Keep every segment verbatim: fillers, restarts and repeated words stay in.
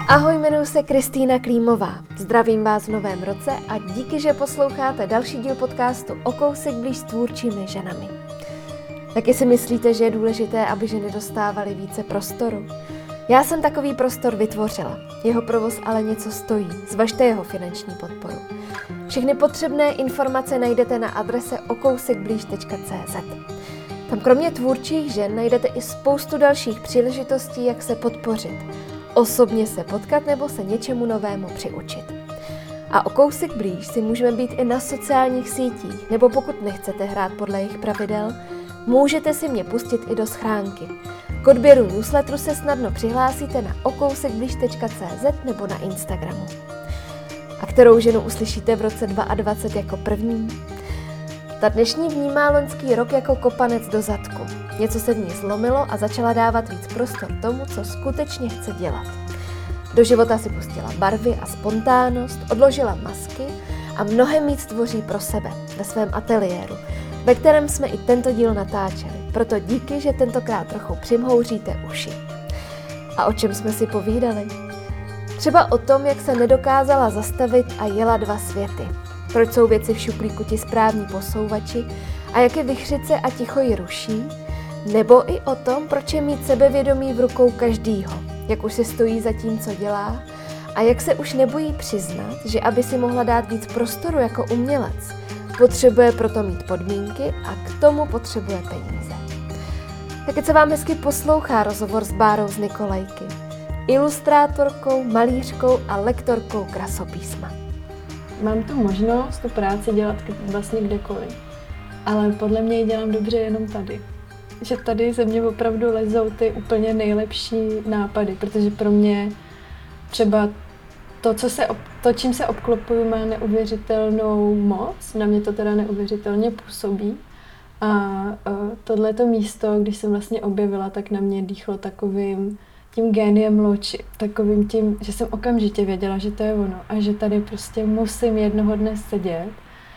Ahoj, jmenuji se Kristýna Klímová. Zdravím vás v novém roce a díky, že posloucháte další díl podcastu O kousek blíž s tvůrčími ženami. Taky si myslíte, že je důležité, aby ženy dostávaly více prostoru? Já jsem takový prostor vytvořila. Jeho provoz ale něco stojí. Zvažte jeho finanční podporu. Všechny potřebné informace najdete na adrese okousekblíž tečka cé zet. Tam kromě tvůrčích žen najdete i spoustu dalších příležitostí, jak se podpořit. Osobně se potkat nebo se něčemu novému přiučit. A o kousek blíž si můžeme být i na sociálních sítích, nebo pokud nechcete hrát podle jejich pravidel, můžete si mě pustit i do schránky. K odběru newsletteru se snadno přihlásíte na okousekblíž tečka cé zet nebo na Instagramu. A kterou ženu uslyšíte v roce dvacet dvacet jako první? Ta dnešní vnímá loňský rok jako kopanec do zadku. Něco se v ní zlomilo a začala dávat víc prostor tomu, co skutečně chce dělat. Do života si pustila barvy a spontánnost, odložila masky a mnohem víc tvoří pro sebe ve svém ateliéru, ve kterém jsme i tento díl natáčeli. Proto díky, že tentokrát trochu přimhouříte uši. A o čem jsme si povídali? Třeba o tom, jak se nedokázala zastavit a jela dva světy. Proč jsou věci v šuplíku ti správní posouvači a jak je vichřice a ticho ji ruší? Nebo i o tom, proč je mít sebevědomí v rukou každýho, jak už si stojí za tím, co dělá a jak se už nebojí přiznat, že aby si mohla dát víc prostoru jako umělec, potřebuje proto mít podmínky a k tomu potřebuje peníze. Tak se vám hezky poslouchá rozhovor s Bárou z Nikolajky, ilustrátorkou, malířkou a lektorkou krasopísma. Mám tu možnost tu práci dělat vlastně kdekoliv, ale podle mě ji dělám dobře jenom tady. Že tady ze mě opravdu lezou ty úplně nejlepší nápady, protože pro mě třeba to, co se, to čím se obklopuju, má neuvěřitelnou moc, na mě to teda neuvěřitelně působí. A tohleto místo, když jsem vlastně objevila, tak na mě dýchlo takovým tím géniem loči, takovým tím, že jsem okamžitě věděla, že to je ono a že tady prostě musím jednoho dne sedět.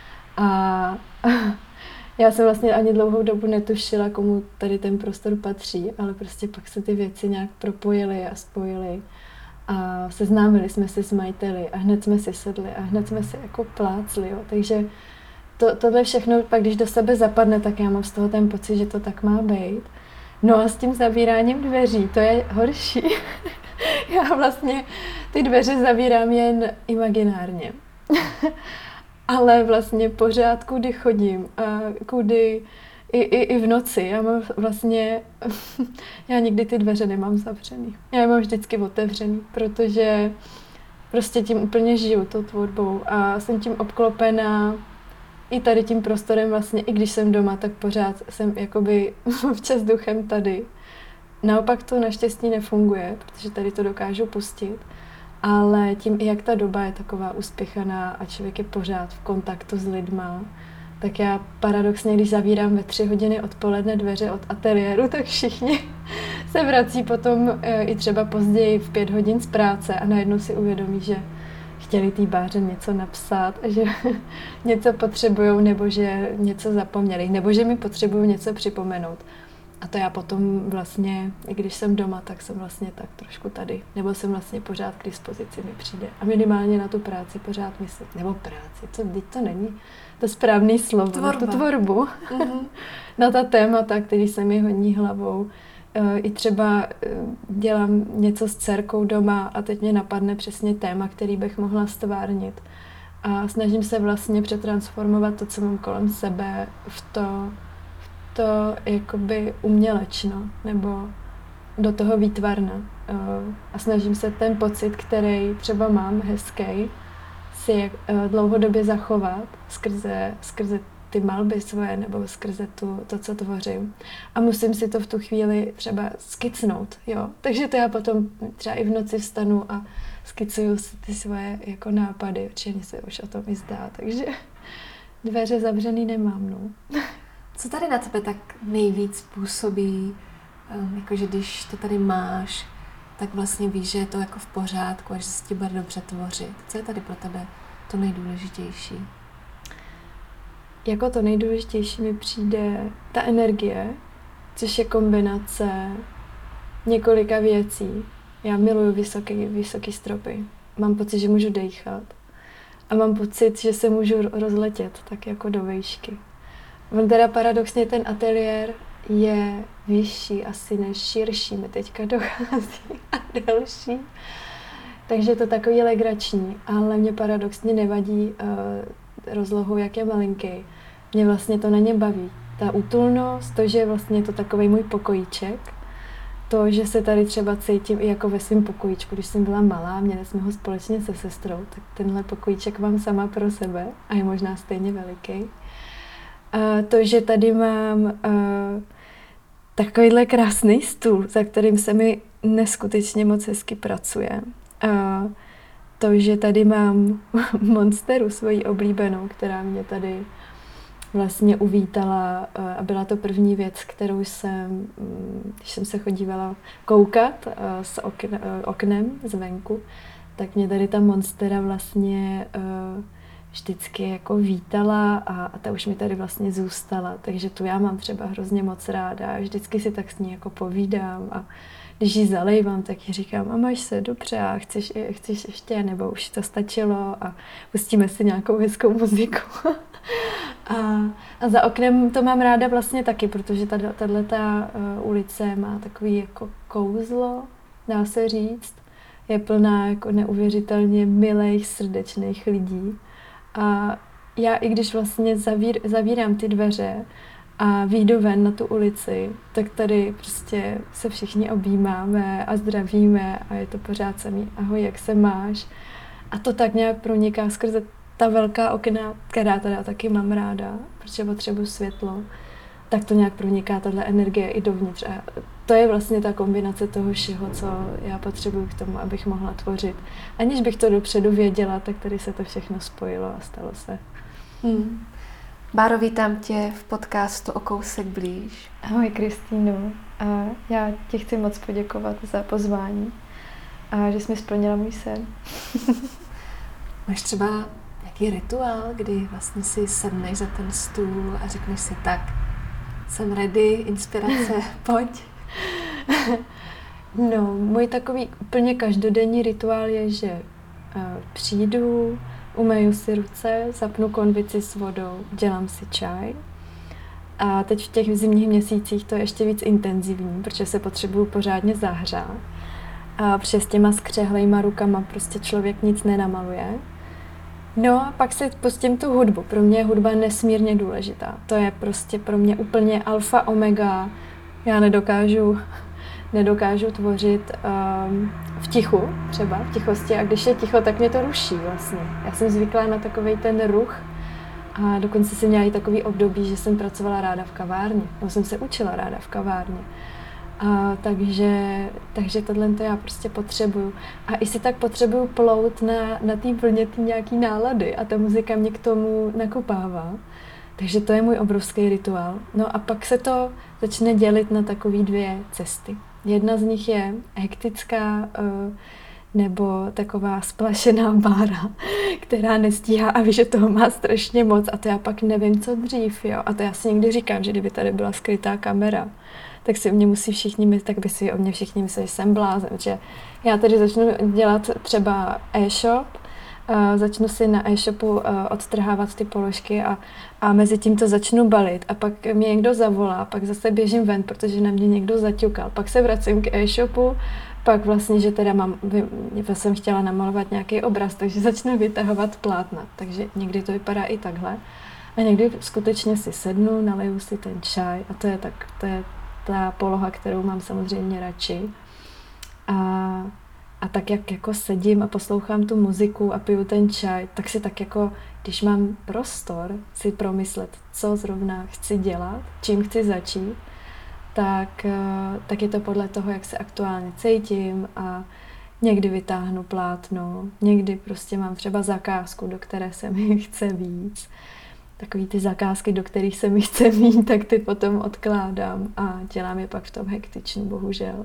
A já jsem vlastně ani dlouhou dobu netušila, komu tady ten prostor patří, ale prostě pak se ty věci nějak propojily a spojily a seznámili jsme se s majiteli a hned jsme si sedli a hned jsme si jako plácli, jo. Takže to, tohle všechno pak, když do sebe zapadne, tak já mám z toho ten pocit, že to tak má být. No a s tím zavíráním dveří, to je horší. Já vlastně ty dveře zavírám jen imaginárně. Ale vlastně pořád, kudy chodím a kudy i, i, i v noci, já mám vlastně, já nikdy ty dveře nemám zavřený. Já je mám vždycky otevřený, protože prostě tím úplně žiju, tou tvorbou a jsem tím obklopená i tady tím prostorem vlastně, i když jsem doma, tak pořád jsem jakoby včas duchem tady. Naopak to naštěstí nefunguje, protože tady to dokážu pustit, ale tím i jak ta doba je taková uspěchaná a člověk je pořád v kontaktu s lidma, tak já paradoxně, když zavírám ve tři hodiny odpoledne dveře od ateliéru, tak všichni se vrací potom i třeba později v pět hodin z práce a najednou si uvědomí, že chtěli té Báře něco napsat, že něco potřebujou, nebo že něco zapomněli, nebo že mi potřebují něco připomenout. A to já potom vlastně, i když jsem doma, tak jsem vlastně tak trošku tady. Nebo jsem vlastně pořád k dispozici, mi přijde. A minimálně na tu práci pořád myslet. Nebo práci, co, teď to není to správné slovo. Tvorba. Na tu tvorbu. Mm-hmm. Na ta témata, který se mi honí hlavou. I třeba dělám něco s dcerkou doma a teď mě napadne přesně téma, který bych mohla stvárnit. A snažím se vlastně přetransformovat to, co mám kolem sebe, v to, v to jakoby umělečno, nebo do toho výtvarna. A snažím se ten pocit, který třeba mám hezký, si dlouhodobě zachovat skrze, skrze ty malby svoje nebo skrze tu, to, co tvořím. A musím si to v tu chvíli třeba skicnout, jo. Takže to já potom třeba i v noci vstanu a skicuju si ty svoje jako nápady, určitě se už o tom i zdá, takže dveře zavřený nemám, no. Co tady na tebe tak nejvíc působí, jakože když to tady máš, tak vlastně víš, že je to jako v pořádku a že se ti bude dobře tvořit. Co je tady pro tebe to nejdůležitější? Jako to nejdůležitější mi přijde ta energie, což je kombinace několika věcí. Já miluju vysoký, vysoký stropy. Mám pocit, že můžu dýchat. A mám pocit, že se můžu rozletět tak jako do výšky. On teda paradoxně ten ateliér je vyšší asi než širší, mi teďka dochází a delší. Takže je to takový legrační, ale mě paradoxně nevadí uh, rozlohou, jak je malinký. Mě vlastně to na něm baví. Ta útulnost, to, že je vlastně to takový můj pokojíček, to, že se tady třeba cítím i jako ve svém pokojíčku, když jsem byla malá, měli jsme ho společně se sestrou, tak tenhle pokojíček mám sama pro sebe a je možná stejně veliký. Uh, to, že tady mám uh, takovýhle krásný stůl, za kterým se mi neskutečně moc hezky pracuje. A to, že tady mám Monsteru, svoji oblíbenou, která mě tady vlastně uvítala a byla to první věc, kterou jsem, když jsem se chodívala koukat s okn, oknem zvenku, tak mě tady ta Monstera vlastně vždycky jako vítala a, a ta už mi tady vlastně zůstala, takže tu já mám třeba hrozně moc ráda a vždycky si tak s ní jako povídám a když ji zalejvám, tak ji říkám, a máš se dobře a chceš, chceš ještě, nebo už to stačilo a pustíme si nějakou hezkou muziku. a, a za oknem to mám ráda vlastně taky, protože tato uh, ulice má takový jako kouzlo, dá se říct. Je plná jako neuvěřitelně milých, srdečných lidí. A já i když vlastně zavír, zavírám ty dveře a vyjdu ven na tu ulici, tak tady prostě se všichni objímáme a zdravíme a je to pořád samý ahoj, jak se máš. A to tak nějak proniká skrze ta velká okna, která teda taky mám ráda, protože potřebuji světlo, tak to nějak proniká tahle energie i dovnitř. A to je vlastně ta kombinace toho všeho, co já potřebuji k tomu, abych mohla tvořit. Aniž bych to dopředu věděla, tak tady se to všechno spojilo a stalo se. Hmm. Báro, vítám tě v podcastu O kousek blíž. Ahoj Kristýno, a já ti chci moc poděkovat za pozvání a že jsi mi splnila můj sen. Máš třeba nějaký rituál, kdy vlastně si sedneš za ten stůl a řekneš si tak, jsem ready, inspirace, pojď. No, můj takový úplně každodenní rituál je, že uh, přijdu, umeju si ruce, zapnu konvici s vodou, dělám si čaj. A teď v těch zimních měsících to je ještě víc intenzivní, protože se potřebuju pořádně zahřát. A přes těma skřehlejma rukama prostě člověk nic nenamaluje. No a pak si pustím tu hudbu. Pro mě je hudba nesmírně důležitá. To je prostě pro mě úplně alfa omega. Já nedokážu, nedokážu tvořit um, v tichu, třeba v tichosti. A když je ticho, tak mě to ruší vlastně. Já jsem zvyklá na takovej ten ruch. A dokonce jsem měla i takový období, že jsem pracovala ráda v kavárně. No, jsem se učila ráda v kavárně. A takže, takže tohle to já prostě potřebuju. A i si tak potřebuju plout na, na té vlně tý nějaký nálady a ta muzika mě k tomu nakopává. Takže to je můj obrovský rituál. No a pak se to začne dělit na takové dvě cesty. Jedna z nich je hektická nebo taková splašená Bára, která nestíhá a ví, že toho má strašně moc a to já pak nevím, co dřív. Jo? A to já si někdy říkám, že kdyby tady byla skrytá kamera, tak si o mě musí všichni myslet, tak by si o mě všichni mysleli, že jsem blázen. Že já tady začnu dělat třeba e-shop, uh, začnu si na e-shopu uh, odtrhávat ty položky a, a mezi tím to začnu balit a pak mě někdo zavolá, pak zase běžím ven, protože na mě někdo zaťukal. Pak se vracím k e-shopu, pak vlastně, že teda mám, jsem chtěla namalovat nějaký obraz, takže začnu vytahovat plátna. Takže někdy to vypadá i takhle. A někdy skutečně si sednu, naleju si ten čaj a to je tak, to je ta poloha, kterou mám samozřejmě radši. A, a tak jak jako sedím a poslouchám tu muziku a piju ten čaj, tak si tak jako, když mám prostor si promyslet, co zrovna chci dělat, čím chci začít, tak, tak je to podle toho, jak se aktuálně cítím a někdy vytáhnu plátno, někdy prostě mám třeba zakázku, do které se mi chce víc. Takový ty zakázky, do kterých se mi chce mít, tak ty potom odkládám a dělám je pak v tom hektičnu, bohužel.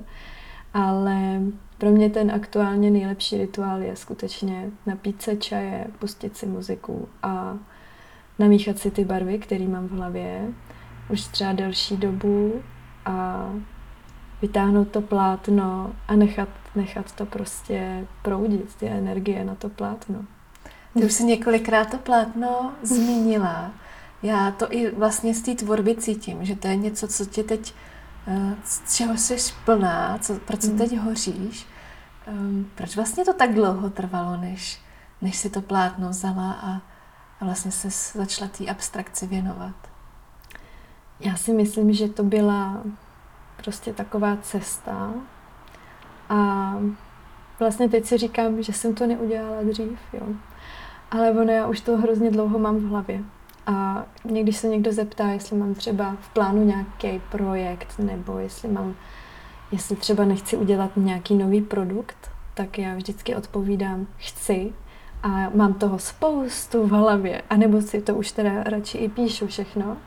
Ale pro mě ten aktuálně nejlepší rituál je skutečně napít se čaje, pustit si muziku a namíchat si ty barvy, které mám v hlavě, už třeba delší dobu a vytáhnout to plátno a nechat nechat to prostě proudit, ty energie na to plátno. Ty už jsi několikrát to plátno zmínila. Já to i vlastně z té tvorby cítím, že to je něco, co tě teď, z čeho jsi plná, co, pro co teď hoříš. Um, proč vlastně to tak dlouho trvalo, než, než si to plátno vzala a, a vlastně se začala té abstrakci věnovat? Já si myslím, že to byla prostě taková cesta a vlastně teď si říkám, že jsem to neudělala dřív, jo. Ale ono, já už to hrozně dlouho mám v hlavě. A mě, když se někdo zeptá, jestli mám třeba v plánu nějaký projekt, nebo jestli mám, jestli třeba nechci udělat nějaký nový produkt, tak já vždycky odpovídám, chci. A mám toho spoustu v hlavě. A nebo si to už teda radši i píšu všechno.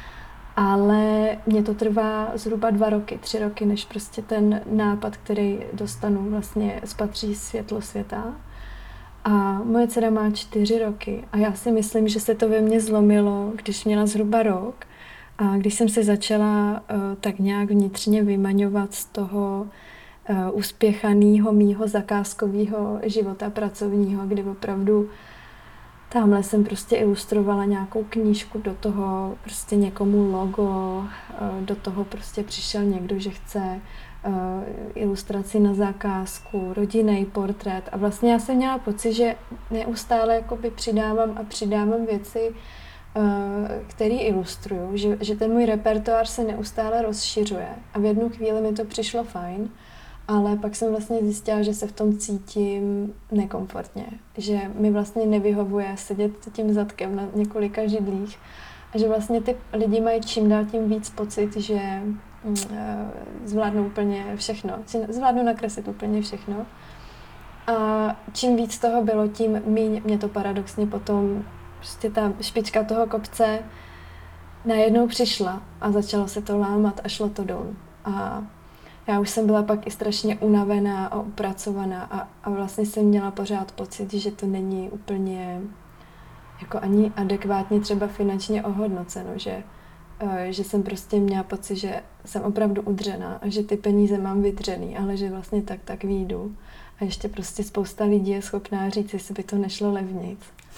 Ale mě to trvá zhruba dva roky, tři roky, než prostě ten nápad, který dostanu, vlastně spatří světlo světa. A moje dcera má čtyři roky a já si myslím, že se to ve mně zlomilo, když měla zhruba rok a když jsem se začala uh, tak nějak vnitřně vymaňovat z toho uh, uspěchaného mýho zakázkového života pracovního, kdy opravdu tamhle jsem prostě ilustrovala nějakou knížku, do toho prostě někomu logo, uh, do toho prostě přišel někdo, že chce Uh, ilustraci na zakázku, rodinný portrét a vlastně já jsem měla pocit, že neustále jakoby přidávám a přidávám věci, uh, které ilustruju, že, že ten můj repertoár se neustále rozšiřuje a v jednu chvíli mi to přišlo fajn, ale pak jsem vlastně zjistila, že se v tom cítím nekomfortně, že mi vlastně nevyhovuje sedět tím zadkem na několika židlích a že vlastně ty lidi mají čím dál tím víc pocit, že zvládnu úplně všechno, zvládnu nakreslit úplně všechno. A čím víc toho bylo, tím míň mě to paradoxně potom, prostě ta špička toho kopce najednou přišla a začalo se to lámat a šlo to dolů. A já už jsem byla pak i strašně unavená a upracovaná a, a vlastně jsem měla pořád pocit, že to není úplně jako ani adekvátně třeba finančně ohodnoceno, že že jsem prostě měla pocit, že jsem opravdu udřená a že ty peníze mám vydřený, ale že vlastně tak tak výjdu. A ještě prostě spousta lidí je schopná říct, jestli by to nešlo levnic.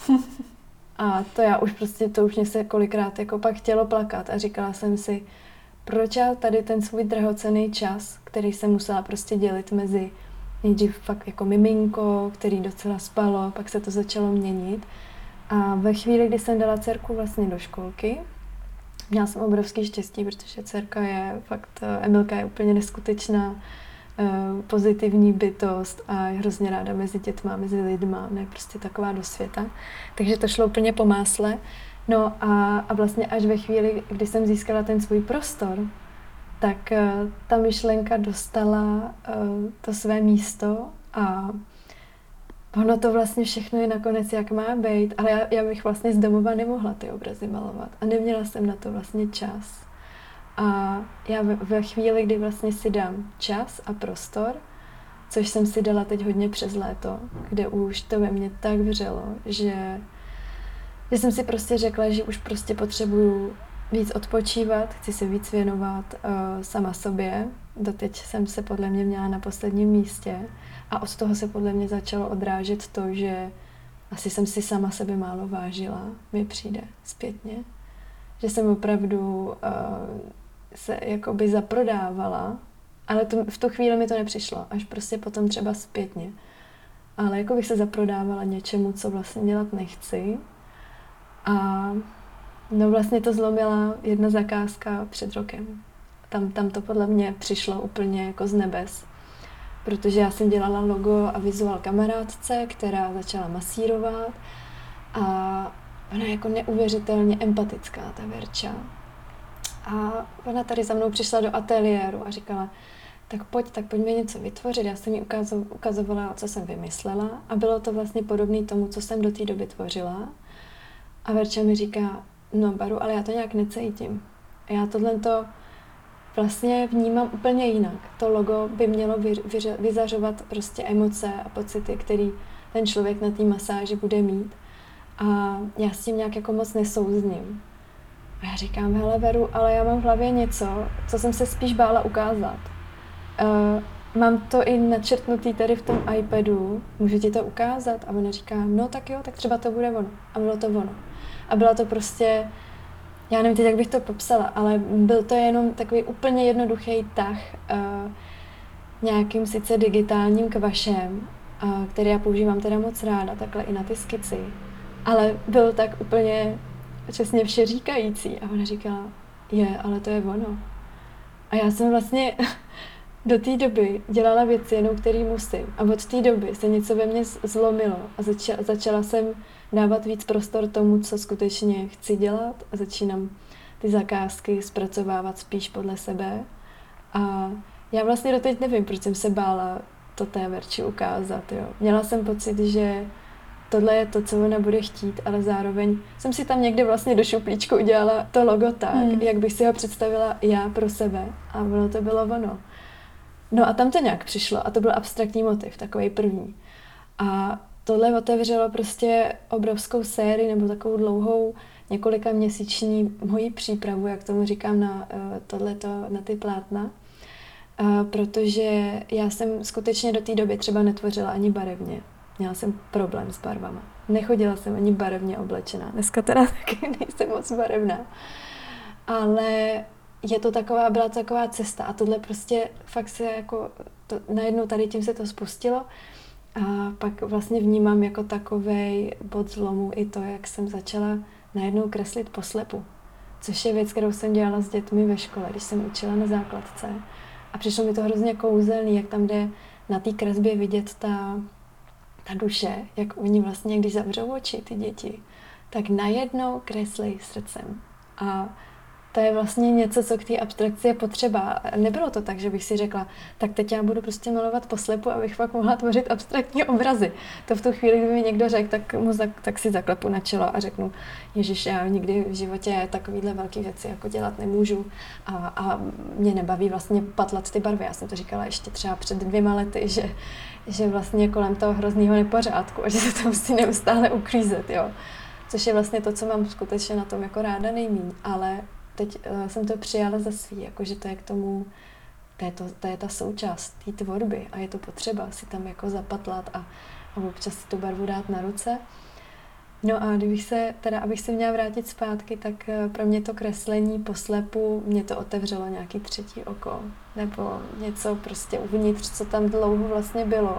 A to já už prostě, to už mě se kolikrát jako pak chtělo plakat a říkala jsem si, proč já tady ten svůj drahocenný čas, který jsem musela prostě dělit mezi nejdřív fakt jako miminko, který docela spalo, pak se to začalo měnit. A ve chvíli, kdy jsem dala dcerku vlastně do školky, měla jsem obrovský štěstí, protože dcerka je fakt, Emilka je úplně neskutečná, pozitivní bytost a je hrozně ráda mezi dětma, mezi lidma, ne prostě taková do světa. Takže to šlo úplně po másle. No a, a vlastně až ve chvíli, kdy jsem získala ten svůj prostor, tak ta myšlenka dostala to své místo a ono to vlastně všechno je nakonec, jak má být, ale já, já bych vlastně z domova nemohla ty obrazy malovat a neměla jsem na to vlastně čas. A já ve, ve chvíli, kdy vlastně si dám čas a prostor, což jsem si dala teď hodně přes léto, kde už to ve mně tak vřelo, že, že jsem si prostě řekla, že už prostě potřebuju víc odpočívat, chci se víc věnovat uh, sama sobě. Doteď jsem se podle mě měla na posledním místě a od toho se podle mě začalo odrážet to, že asi jsem si sama sebe málo vážila, mi přijde zpětně. Že jsem opravdu uh, se jakoby zaprodávala, ale to, v tu chvíli mi to nepřišlo, až prostě potom třeba zpětně. Ale jako bych se zaprodávala něčemu, co vlastně dělat nechci. A no vlastně to zlomila jedna zakázka před rokem. Tam, tam to podle mě přišlo úplně jako z nebes. Protože já jsem dělala logo a vizuál kamarádce, která začala masírovat a ona je jako neuvěřitelně empatická, ta Verča. A ona tady za mnou přišla do ateliéru a říkala, tak pojď, tak pojďme něco vytvořit. Já jsem jí ukazovala, co jsem vymyslela a bylo to vlastně podobné tomu, co jsem do té doby tvořila. A Verča mi říká, no Baru, ale já to nějak necítím. A já tohleto vlastně vnímám úplně jinak. To logo by mělo vy, vy, vyzařovat prostě emoce a pocity, který ten člověk na té masáži bude mít. A já s tím nějak jako moc nesouzním. A já říkám, hele Veru, ale já mám v hlavě něco, co jsem se spíš bála ukázat. Uh, mám to i načrtnutý tady v tom iPadu, můžu ti to ukázat? A ona říká, no tak jo, tak třeba to bude ono. A bylo to ono. A byla to prostě, já nevím teď, jak bych to popsala, ale byl to jenom takový úplně jednoduchý tah uh, nějakým sice digitálním kvašem, uh, který já používám teda moc ráda, takhle i na ty skici, ale byl tak úplně přesně všeříkající. A ona říkala, je, ale to je ono. A já jsem vlastně do té doby dělala věci jenom, který musím. A od té doby se něco ve mně zlomilo a začala, začala jsem dávat víc prostor tomu, co skutečně chci dělat a začínám ty zakázky zpracovávat spíš podle sebe. A já vlastně doteď nevím, proč jsem se bála to té Verči ukázat. Jo. Měla jsem pocit, že tohle je to, co ona bude chtít, ale zároveň jsem si tam někde vlastně do šuplíčku udělala to logo tak, hmm. jak bych si ho představila já pro sebe. A ono to bylo ono. No a tam to nějak přišlo a to byl abstraktní motiv, takový první. A tohle otevřelo prostě obrovskou sérii nebo takovou dlouhou několika měsíční moji přípravu, jak tomu říkám, na tohleto, na ty plátna. A protože já jsem skutečně do té doby třeba netvořila ani barevně. Měla jsem problém s barvama. Nechodila jsem ani barevně oblečená. Dneska teda taky nejsem moc barevná. Ale je to taková, byla to taková cesta a tohle prostě fakt se jako, to, najednou tady tím se to spustilo a pak vlastně vnímám jako takovej bod zlomu i to, jak jsem začala najednou kreslit poslepu, což je věc, kterou jsem dělala s dětmi ve škole, když jsem učila na základce a přišlo mi to hrozně kouzelný, jak tam jde na té kresbě vidět ta, ta duše, jak oni vlastně, když zavřou oči, ty děti, tak najednou kreslí srdcem a to je vlastně něco, co k té abstrakci je potřeba. Nebylo to tak, že bych si řekla, tak teď já budu prostě malovat poslepu, abych fakt mohla tvořit abstraktní obrazy. To v tu chvíli, kdyby mi někdo řekl, tak, mu za, tak si zaklepu na čelo a řeknu, ježiš, já nikdy v životě takovýhle velké věci jako dělat nemůžu a, a mě nebaví vlastně patlat ty barvy. Já jsem to říkala ještě třeba před dvěma lety, že, že vlastně kolem toho hroznýho nepořádku a že se to musí neustále uklízet, jo. Což je vlastně to, co mám skutečně na tom jako ráda nejmíň, ale teď uh, jsem to přijala za svý, jakože to je k tomu, to je, to, to je ta součást té tvorby a je to potřeba si tam jako zapatlat a, a občas si tu barvu dát na ruce. No a kdybych se, teda abych se měla vrátit zpátky, tak uh, pro mě to kreslení poslepu, mě to otevřelo nějaký třetí oko, nebo něco prostě uvnitř, co tam dlouho vlastně bylo.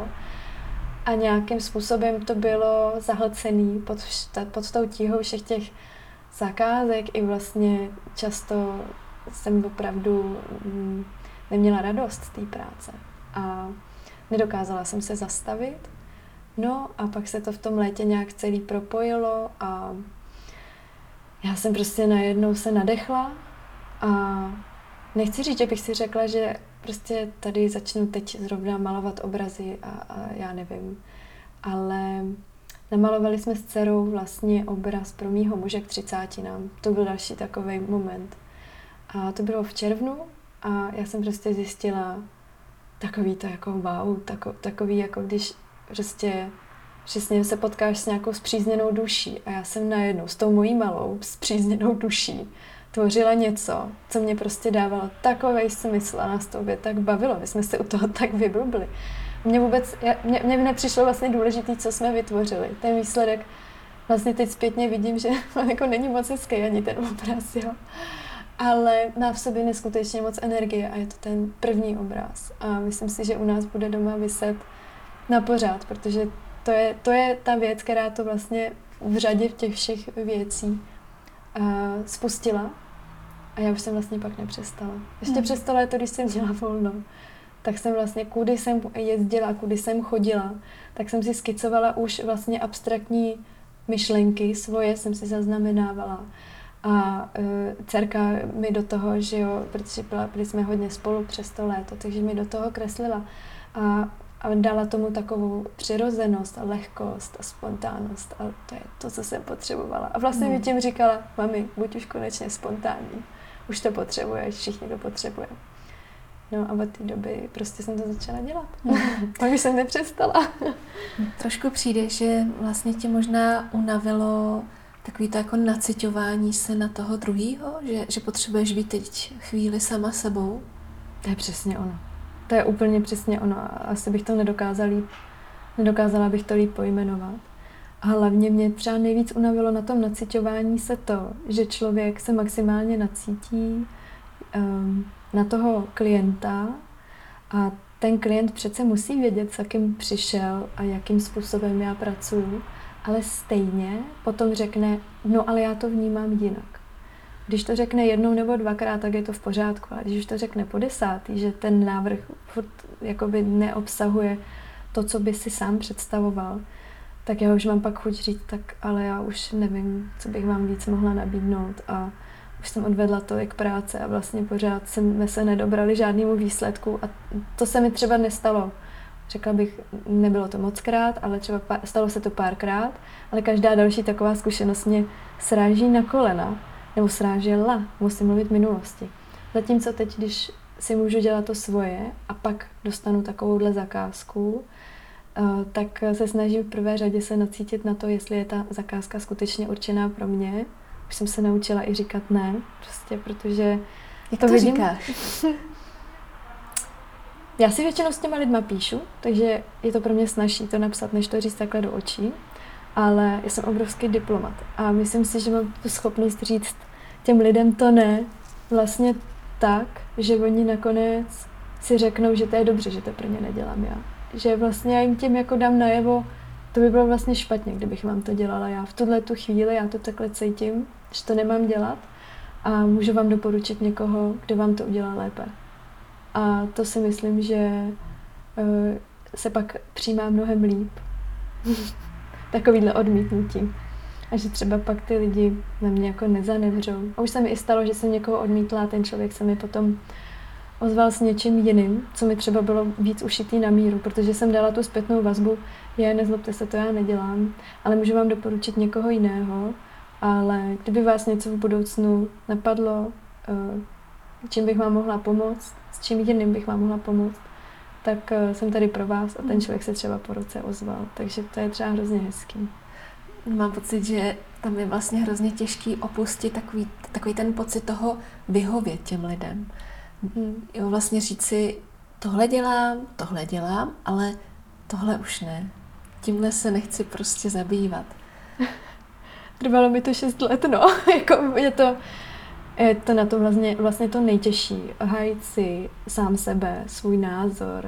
A nějakým způsobem to bylo zahlcený pod, pod tou tíhou všech těch zakázek i vlastně často jsem opravdu mm, neměla radost z té práce a nedokázala jsem se zastavit. No a pak se to v tom létě nějak celý propojilo a já jsem prostě najednou se nadechla a nechci říct, že bych si řekla, že prostě tady začnu teď zrovna malovat obrazy a, a já nevím, ale namalovali jsme s dcerou vlastně obraz pro mýho muže k třicátinám. To byl další takovej moment. A to bylo v červnu a já jsem prostě zjistila takový to jako wow, tako, takový jako když prostě přesně se potkáš s nějakou spřízněnou duší a já jsem najednou s tou mojí malou spřízněnou duší tvořila něco, co mě prostě dávalo takovej smysl a nás to obě tak bavilo. My jsme se u toho tak vyblbli. Mně vůbec, mně, mně nepřišlo vlastně důležitý, co jsme vytvořili. Ten výsledek vlastně teď zpětně vidím, že jako není moc hezký ani ten obraz, jo. Ale má v sobě neskutečně moc energie a je to ten první obraz. A myslím si, že u nás bude doma viset na pořád, protože to je, to je ta věc, která to vlastně v řadě těch všech věcí a spustila. A já už jsem vlastně pak nepřestala. Ještě hmm. přes to léto, když jsem měla volno, tak jsem vlastně, kudy jsem jezdila, kudy jsem chodila, tak jsem si skicovala už vlastně abstraktní myšlenky svoje, jsem si zaznamenávala. A uh, dcerka mi do toho, že jo, protože byla, byli jsme hodně spolu přes to léto, takže mi do toho kreslila a, a dala tomu takovou přirozenost a lehkost a spontánnost a to je to, co jsem potřebovala. A vlastně hmm. mi tím říkala, mami, buď už konečně spontánní, už to potřebuješ, všichni to potřebujeme. No a od té doby prostě jsem to začala dělat. Hmm. Pak už jsem nepřestala. Trošku přijde, že vlastně tě možná unavilo takový to jako naciťování se na toho druhýho, že, že potřebuješ být teď chvíli sama sebou. To je přesně ono. to je úplně přesně ono. Asi bych to nedokázala líp, nedokázala bych to líp pojmenovat. A hlavně mě třeba nejvíc unavilo na tom naciťování se to, že člověk se maximálně nacítí um, na toho klienta a ten klient přece musí vědět, s jakým přišel a jakým způsobem já pracuju, ale stejně potom řekne, no ale já to vnímám jinak. Když to řekne jednou nebo dvakrát, tak je to v pořádku, ale když už to řekne po desátý, že ten návrh furt jakoby neobsahuje to, co by si sám představoval, tak já už mám pak chuť říct, tak ale já už nevím, co bych vám víc mohla nabídnout a už jsem odvedla tolik práce a vlastně pořád jsme se nedobrali žádnému výsledku a to se mi třeba nestalo. Řekla bych, nebylo to mockrát, ale třeba pár, stalo se to párkrát, ale každá další taková zkušenost mě sráží na kolena, nebo srážela, musím mluvit v minulosti. Zatímco teď, když si můžu dělat to svoje a pak dostanu takovouhle zakázku, tak se snažím v prvé řadě se nacítit na to, jestli je ta zakázka skutečně určená pro mě. Už jsem se naučila i říkat ne, prostě, protože Jak to, to vidím. Říkáš? Já si většinou s těma lidma píšu, takže je to pro mě snazší to napsat, než to říct takhle do očí. Ale já jsem obrovský diplomat a myslím si, že mám tu schopnost říct těm lidem to ne vlastně tak, že oni nakonec si řeknou, že to je dobře, že to pro ně nedělám já. Že vlastně já jim tím jako dám najevo, to by bylo vlastně špatně, kdybych vám to dělala já. V tuhle tu chvíli já to takhle cítím, že to nemám dělat a můžu vám doporučit někoho, kdo vám to udělá lépe. A to si myslím, že uh, se pak přijímá mnohem líp. Takovýhle odmítnutí. A že třeba pak ty lidi na mě jako nezanevřou. A už se mi i stalo, že jsem někoho odmítla a ten člověk se mi potom ozval s něčím jiným, co mi třeba bylo víc ušitý na míru, protože jsem dala tu zpětnou vazbu, je, nezlobte se, to já nedělám, ale můžu vám doporučit někoho jiného, ale kdyby vás něco v budoucnu napadlo, čím bych vám mohla pomoct, s čím jiným bych vám mohla pomoct, tak jsem tady pro vás a ten člověk se třeba po roce ozval, takže to je třeba hrozně hezký. Mám pocit, že tam je vlastně hrozně těžký opustit takový, takový ten pocit toho vyhovět těm lidem. Hmm. Jo, vlastně říct si, tohle dělám, tohle dělám, ale tohle už ne. Tímhle se nechci prostě zabývat. Trvalo mi to šest let, no. jako je to, je to na to vlastně, vlastně to nejtěžší. Hájit si sám sebe, svůj názor,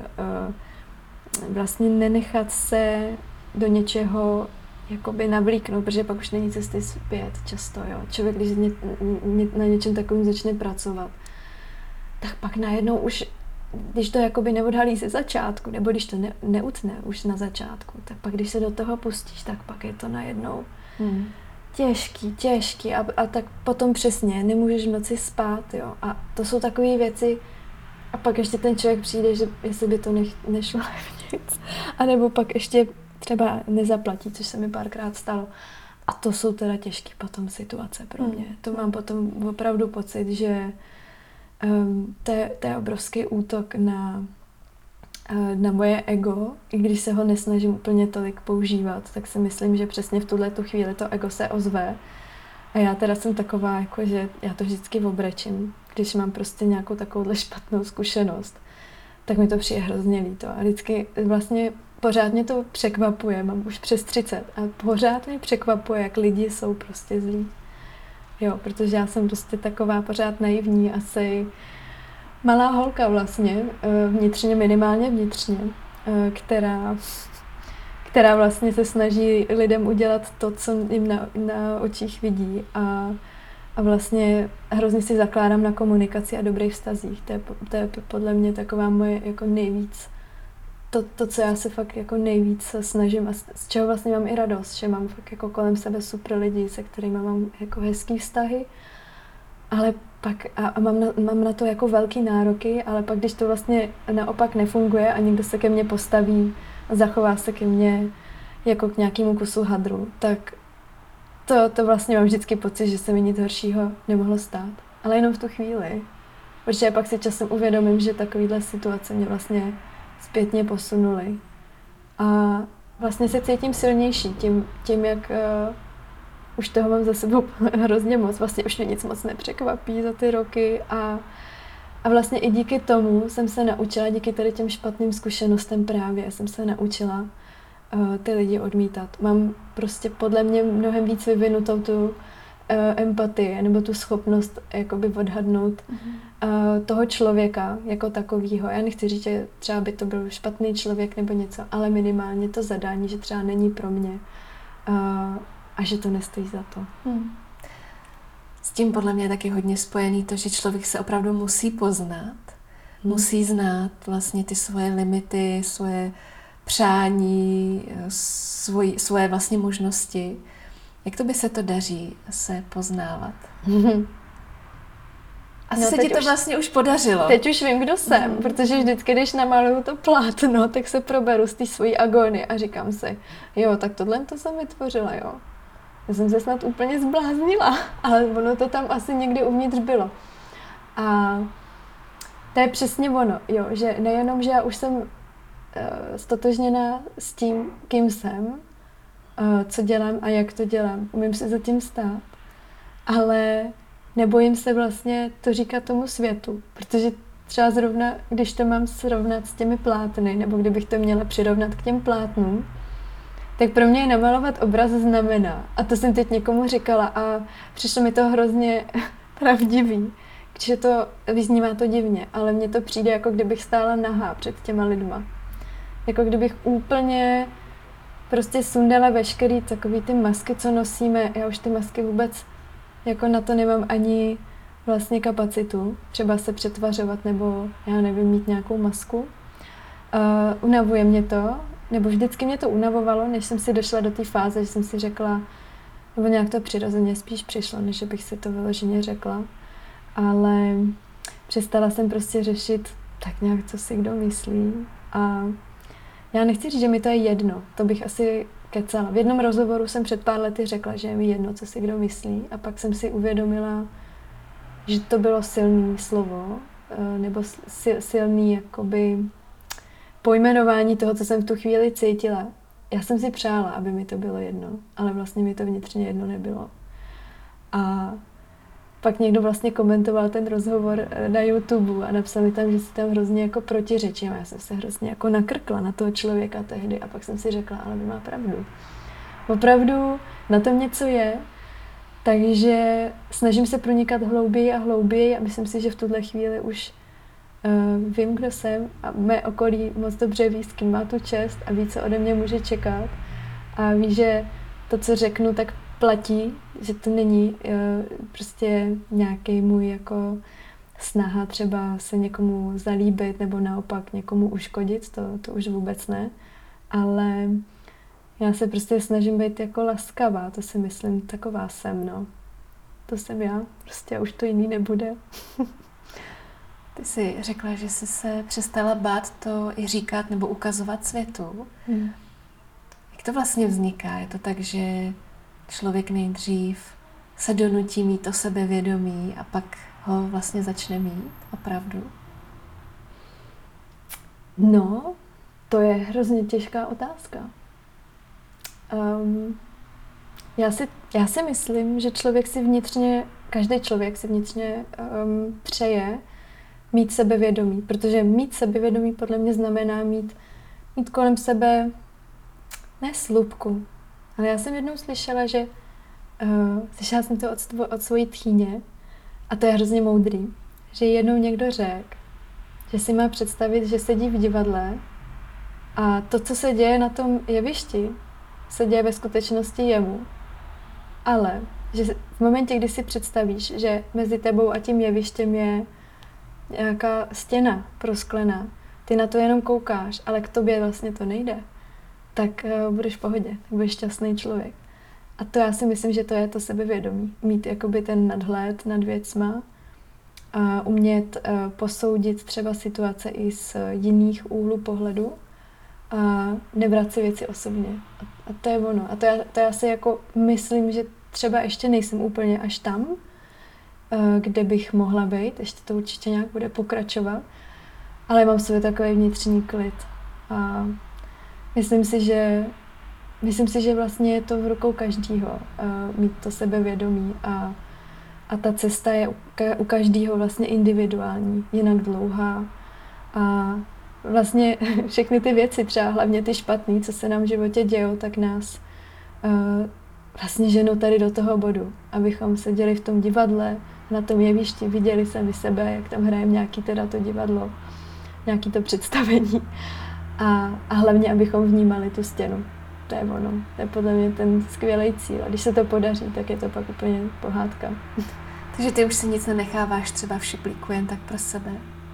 vlastně nenechat se do něčeho jakoby navlíknout, protože pak už není cesty zpět často, jo. Člověk, když ně, ně, na něčem takovým začne pracovat, tak pak najednou už, když to jakoby neodhalí ze začátku, nebo když to ne, neutne už na začátku, tak pak když se do toho pustíš, tak pak je to najednou hmm. těžký, těžký a, a tak potom přesně nemůžeš v noci spát, jo. A to jsou takové věci a pak ještě ten člověk přijde, že jestli by to nech, nešlo nic. A nebo pak ještě třeba nezaplatí, což se mi párkrát stalo. A to jsou teda těžké potom situace pro mě. Hmm. To mám potom opravdu pocit, že um, to, je, to je obrovský útok na, uh, na moje ego. I když se ho nesnažím úplně tolik používat, tak si myslím, že přesně v tuhle tu chvíli to ego se ozve. A já teda jsem taková, jako, že já to vždycky obrečím, když mám prostě nějakou takovouhle špatnou zkušenost. Tak mi to přijde hrozně líto. A vždycky vlastně pořád mě to překvapuje, mám už přes třicet a pořád mě překvapuje, jak lidi jsou prostě zlí. Jo, protože já jsem prostě taková pořád naivní, asi malá holka vlastně, vnitřně, minimálně vnitřně, která, která vlastně se snaží lidem udělat to, co jim na, na očích vidí a, a vlastně hrozně si zakládám na komunikaci a dobrých vztazích. To je, to je podle mě taková moje jako nejvíc To, to, co já se fakt jako nejvíc snažím a z čeho vlastně mám i radost, že mám fakt jako kolem sebe super lidi, se kterými mám jako hezký vztahy, ale pak a, a mám, na, mám na to jako velký nároky, ale pak když to vlastně naopak nefunguje a někdo se ke mně postaví a zachová se ke mně jako k nějakému kusu hadru, tak to, to vlastně mám vždycky pocit, že se mi nic horšího nemohlo stát, ale jenom v tu chvíli, protože pak si časem uvědomím, že takovýhle situace mě vlastně zpětně posunuli. A vlastně se cítím silnější tím, tím jak uh, už toho mám za sebou hrozně moc. Vlastně už mě nic moc nepřekvapí za ty roky a A vlastně i díky tomu jsem se naučila, díky tady těm špatným zkušenostem právě, jsem se naučila uh, ty lidi odmítat. Mám prostě podle mě mnohem víc vyvinutou tu uh, empatii, nebo tu schopnost jakoby odhadnout mm-hmm. uh, toho člověka jako takovýho. Já nechci říct, že třeba by to byl špatný člověk nebo něco, ale minimálně to zadání, že třeba není pro mě uh, a že to nestojí za to. Hmm. S tím podle mě je taky hodně spojený to, že člověk se opravdu musí poznat, hmm. musí znát vlastně ty svoje limity, svoje přání, svoji, svoje vlastně možnosti. Jak to by se to daří se poznávat? Hmm. Asi no, se ti to už, vlastně už podařilo. Teď už vím, kdo jsem, hmm. protože vždycky, když namaluju to plátno, tak se proberu z té svojí agony a říkám si, jo, tak tohle to jsem vytvořila, jo. Já jsem se snad úplně zbláznila, ale ono to tam asi někdy uvnitř bylo. A to je přesně ono, jo, že nejenom, že já už jsem uh, stotožněná s tím, kým jsem, uh, co dělám a jak to dělám, umím si za tím stát, ale nebojím se vlastně to říkat tomu světu, protože třeba zrovna, když to mám srovnat s těmi plátny, nebo kdybych to měla přirovnat k těm plátnům, tak pro mě namalovat obraz znamená, a to jsem teď někomu říkala a přišlo mi to hrozně pravdivý, že to vyznívá to divně, ale mně to přijde, jako kdybych stála nahá před těma lidma. Jako kdybych úplně prostě sundala veškerý takový ty masky, co nosíme. Já už ty masky vůbec jako na to nemám ani vlastně kapacitu, třeba se přetvařovat nebo já nevím, mít nějakou masku. Uh, unavuje mě to, nebo vždycky mě to unavovalo, než jsem si došla do té fáze, že jsem si řekla, nebo nějak to přirozeně spíš přišlo, než bych si to vyloženě řekla. Ale přestala jsem prostě řešit tak nějak, co si kdo myslí. A já nechci říct, že mi to je jedno, to bych asi kecala. V jednom rozhovoru jsem před pár lety řekla, že je mi jedno, co si kdo myslí, a pak jsem si uvědomila, že to bylo silné slovo, nebo silný jakoby pojmenování toho, co jsem v tu chvíli cítila. Já jsem si přála, aby mi to bylo jedno, ale vlastně mi to vnitřně jedno nebylo. A pak někdo vlastně komentoval ten rozhovor na YouTube a napsal mi tam, že si tam hrozně jako protiřečím. Já jsem se hrozně jako nakrkla na toho člověka tehdy a pak jsem si řekla, ale má pravdu. Opravdu na tom něco je, takže snažím se pronikat hlouběji a hlouběji a myslím si, že v tuhle chvíli už uh, vím, kdo jsem a mé okolí moc dobře ví, s kým má tu čest a ví, co ode mě může čekat a ví, že to, co řeknu, tak platí, že to není uh, prostě nějaký můj jako snaha třeba se někomu zalíbit nebo naopak někomu uškodit, to, to už vůbec ne, ale já se prostě snažím být jako laskavá, to si myslím, taková jsem, no. To jsem já, prostě už to jiný nebude. Ty jsi řekla, že jsi se přestala bát to i říkat nebo ukazovat světu. Hmm. Jak to vlastně vzniká? Je to tak, že člověk nejdřív se donutí mít to sebevědomí a pak ho vlastně začne mít opravdu? No, to je hrozně těžká otázka. Um, já, si, já si myslím, že člověk si vnitřně, každý člověk si vnitřně um, přeje mít sebevědomí, protože mít sebevědomí podle mě znamená mít, mít kolem sebe ne slupku, ale já jsem jednou slyšela, že uh, slyšela jsem to od, od svojí tchýně a to je hrozně moudrý, že jednou někdo řekl, že si má představit, že sedí v divadle a to, co se děje na tom jevišti, se děje ve skutečnosti jemu. Ale že v momentě, kdy si představíš, že mezi tebou a tím jevištěm je nějaká stěna prosklená, ty na to jenom koukáš, ale k tobě vlastně to nejde, tak uh, budeš v pohodě, tak budeš šťastný člověk. A to já si myslím, že to je to sebevědomí. Mít jakoby ten nadhled nad věcma a umět uh, posoudit třeba situace i z jiných úhlů pohledu a nebrat si věci osobně. A, a to je ono. A to já, to já si jako myslím, že třeba ještě nejsem úplně až tam, uh, kde bych mohla být. Ještě to určitě nějak bude pokračovat. Ale mám v sobě takový vnitřní klid. A myslím si, že myslím si, že vlastně je to v rukou každýho uh, mít to sebevědomí a a ta cesta je u, ka- u každého vlastně individuální, jinak dlouhá. A vlastně všechny ty věci, třeba hlavně ty špatný, co se nám v životě dějou, tak nás uh, vlastně ženou tady do toho bodu, abychom seděli v tom divadle, na tom jevišti, viděli sami sebe, jak tam hrajeme nějaký teda to divadlo, nějaký to představení a, a hlavně, abychom vnímali tu stěnu. To je ono, to je podle mě ten skvělý cíl a když se to podaří, tak je to pak úplně pohádka. Takže ty už si nic nenecháváš třeba v šuplíku jen tak pro sebe?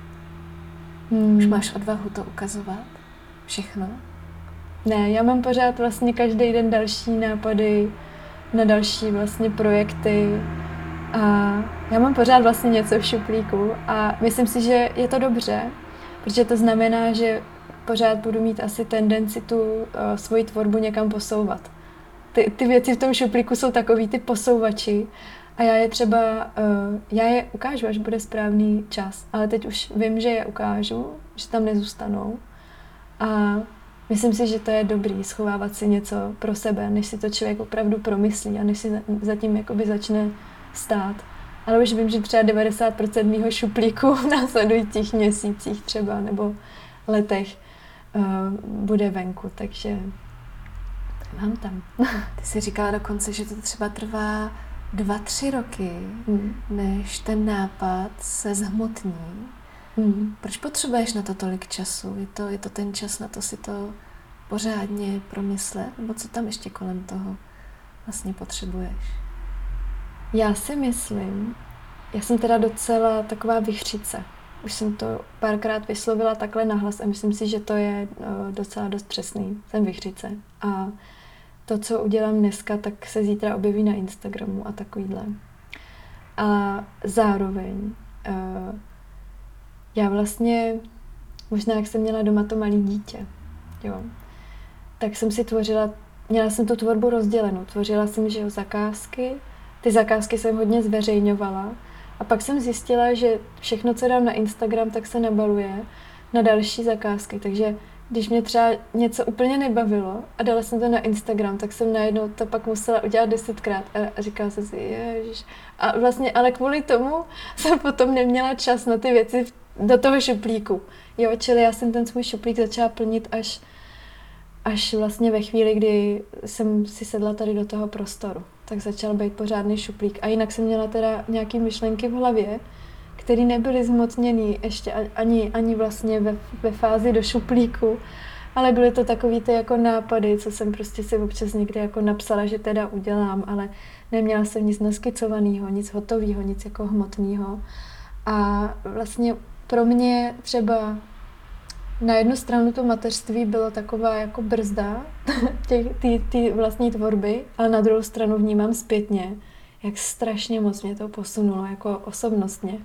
Hmm. Už máš odvahu to ukazovat? Všechno? Ne, já mám pořád vlastně každý den další nápady na další vlastně projekty a já mám pořád vlastně něco v šuplíku a myslím si, že je to dobře, protože to znamená, že pořád budu mít asi tendenci tu uh, svoji tvorbu někam posouvat. Ty, ty věci v tom šuplíku jsou takový ty posouvači a já je třeba, uh, já je ukážu, až bude správný čas, ale teď už vím, že je ukážu, že tam nezůstanou a myslím si, že to je dobrý schovávat si něco pro sebe, než si to člověk opravdu promyslí a než si zatím jakoby začne stát. Ale už vím, že třeba devadesát procent mýho šuplíku v následujících měsících třeba nebo letech uh, bude venku, takže mám tam. Ty jsi říkala dokonce, že to třeba trvá dva, tři roky, hmm. než ten nápad se zhmotní. Hmm. Proč potřebuješ na to tolik času? Je to, je to ten čas na to si to pořádně promyslet? Nebo co tam ještě kolem toho vlastně potřebuješ? Já si myslím, já jsem teda docela taková vychřice. Už jsem to párkrát vyslovila takhle nahlas a myslím si, že to je docela dost přesný. Jsem vychřice. A to, co udělám dneska, tak se zítra objeví na Instagramu a takovýhle. A zároveň já vlastně, možná jak jsem měla doma to malé dítě, jo, tak jsem si tvořila, měla jsem tu tvorbu rozdělenou. Tvořila jsem, že jo, zakázky, ty zakázky jsem hodně zveřejňovala a pak jsem zjistila, že všechno, co dám na Instagram, tak se nabaluje na další zakázky, takže když mě třeba něco úplně nebavilo a dala jsem to na Instagram, tak jsem najednou to pak musela udělat desetkrát a říkala jsem si, ježiš. A vlastně, ale kvůli tomu jsem potom neměla čas na ty věci do toho šuplíku. Jo, čili já jsem ten svůj šuplík začala plnit až, až vlastně ve chvíli, kdy jsem si sedla tady do toho prostoru. Tak začal být pořádný šuplík. A jinak jsem měla teda nějaký myšlenky v hlavě, které nebyly zmocněný ještě ani, ani vlastně ve, ve fázi do šuplíku, ale byly to takový ty jako nápady, co jsem prostě si občas někdy jako napsala, že teda udělám, ale neměla jsem nic naskicovaného, nic hotového, nic jako hmotného. A vlastně pro mě třeba na jednu stranu to mateřství bylo taková jako brzda ty vlastní tvorby, ale na druhou stranu vnímám zpětně, jak strašně moc mě to posunulo jako osobnostně.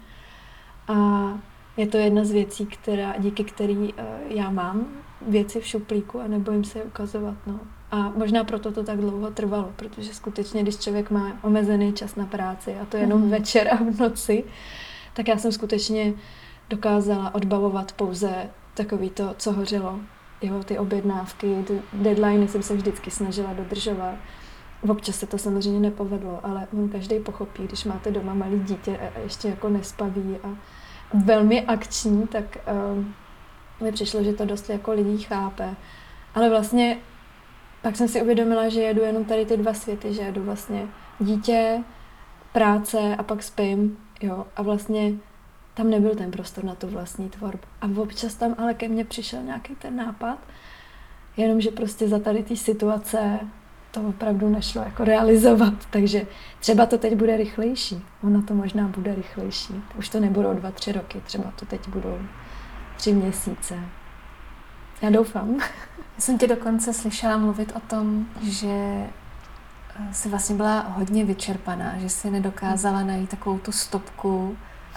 A je to jedna z věcí, která, díky který já mám věci v šuplíku a nebojím se je ukazovat. No. A možná proto to tak dlouho trvalo, protože skutečně, když člověk má omezený čas na práci a to jenom mm. večer a v noci, tak já jsem skutečně dokázala odbavovat pouze takový to, co hořelo. Jo, ty objednávky, ty deadliny jsem se vždycky snažila dodržovat. Občas se to samozřejmě nepovedlo, ale on každý pochopí, když máte doma malé dítě a ještě jako nespaví a velmi akční, tak um, mi přišlo, že to dost jako lidí chápe. Ale vlastně pak jsem si uvědomila, že jedu jenom tady ty dva světy, že jedu vlastně dítě, práce a pak spím, jo, a vlastně tam nebyl ten prostor na tu vlastní tvorbu. A občas tam ale ke mně přišel nějaký ten nápad, jenomže prostě za tady ty situace to opravdu nešlo jako realizovat, takže třeba to teď bude rychlejší. Ono to možná bude rychlejší. Už to nebudou dva, tři roky, třeba to teď budou tři měsíce. Já doufám. Já jsem tě dokonce slyšela mluvit o tom, že jsi vlastně byla hodně vyčerpaná, že jsi nedokázala najít takovou tu stopku,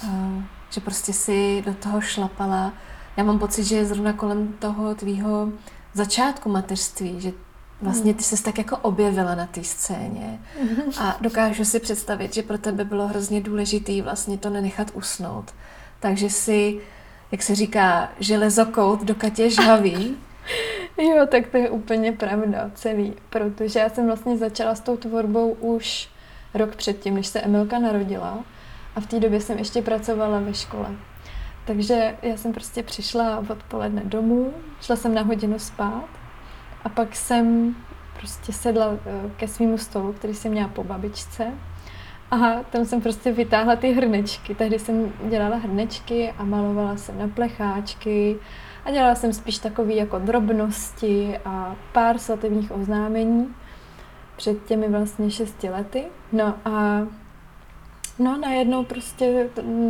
že prostě si do toho šlapala. Já mám pocit, že zrovna kolem toho tvýho začátku mateřství, že vlastně ty ses tak jako objevila na té scéně a dokážu si představit, že pro tebe bylo hrozně důležitý vlastně to nenechat usnout. Takže si, jak se říká, železokout do Katě žhaví. Jo, tak to je úplně pravda celý, protože já jsem vlastně začala s tou tvorbou už rok předtím, než se Emilka narodila. A v té době jsem ještě pracovala ve škole. Takže já jsem prostě přišla odpoledne domů, šla jsem na hodinu spát a pak jsem prostě sedla ke svému stolu, který jsem měla po babičce. A tam jsem prostě vytáhla ty hrnečky. Tehdy jsem dělala hrnečky a malovala jsem na plecháčky a dělala jsem spíš takový jako drobnosti a pár svatebních oznámení před těmi vlastně šesti lety. No a no najednou prostě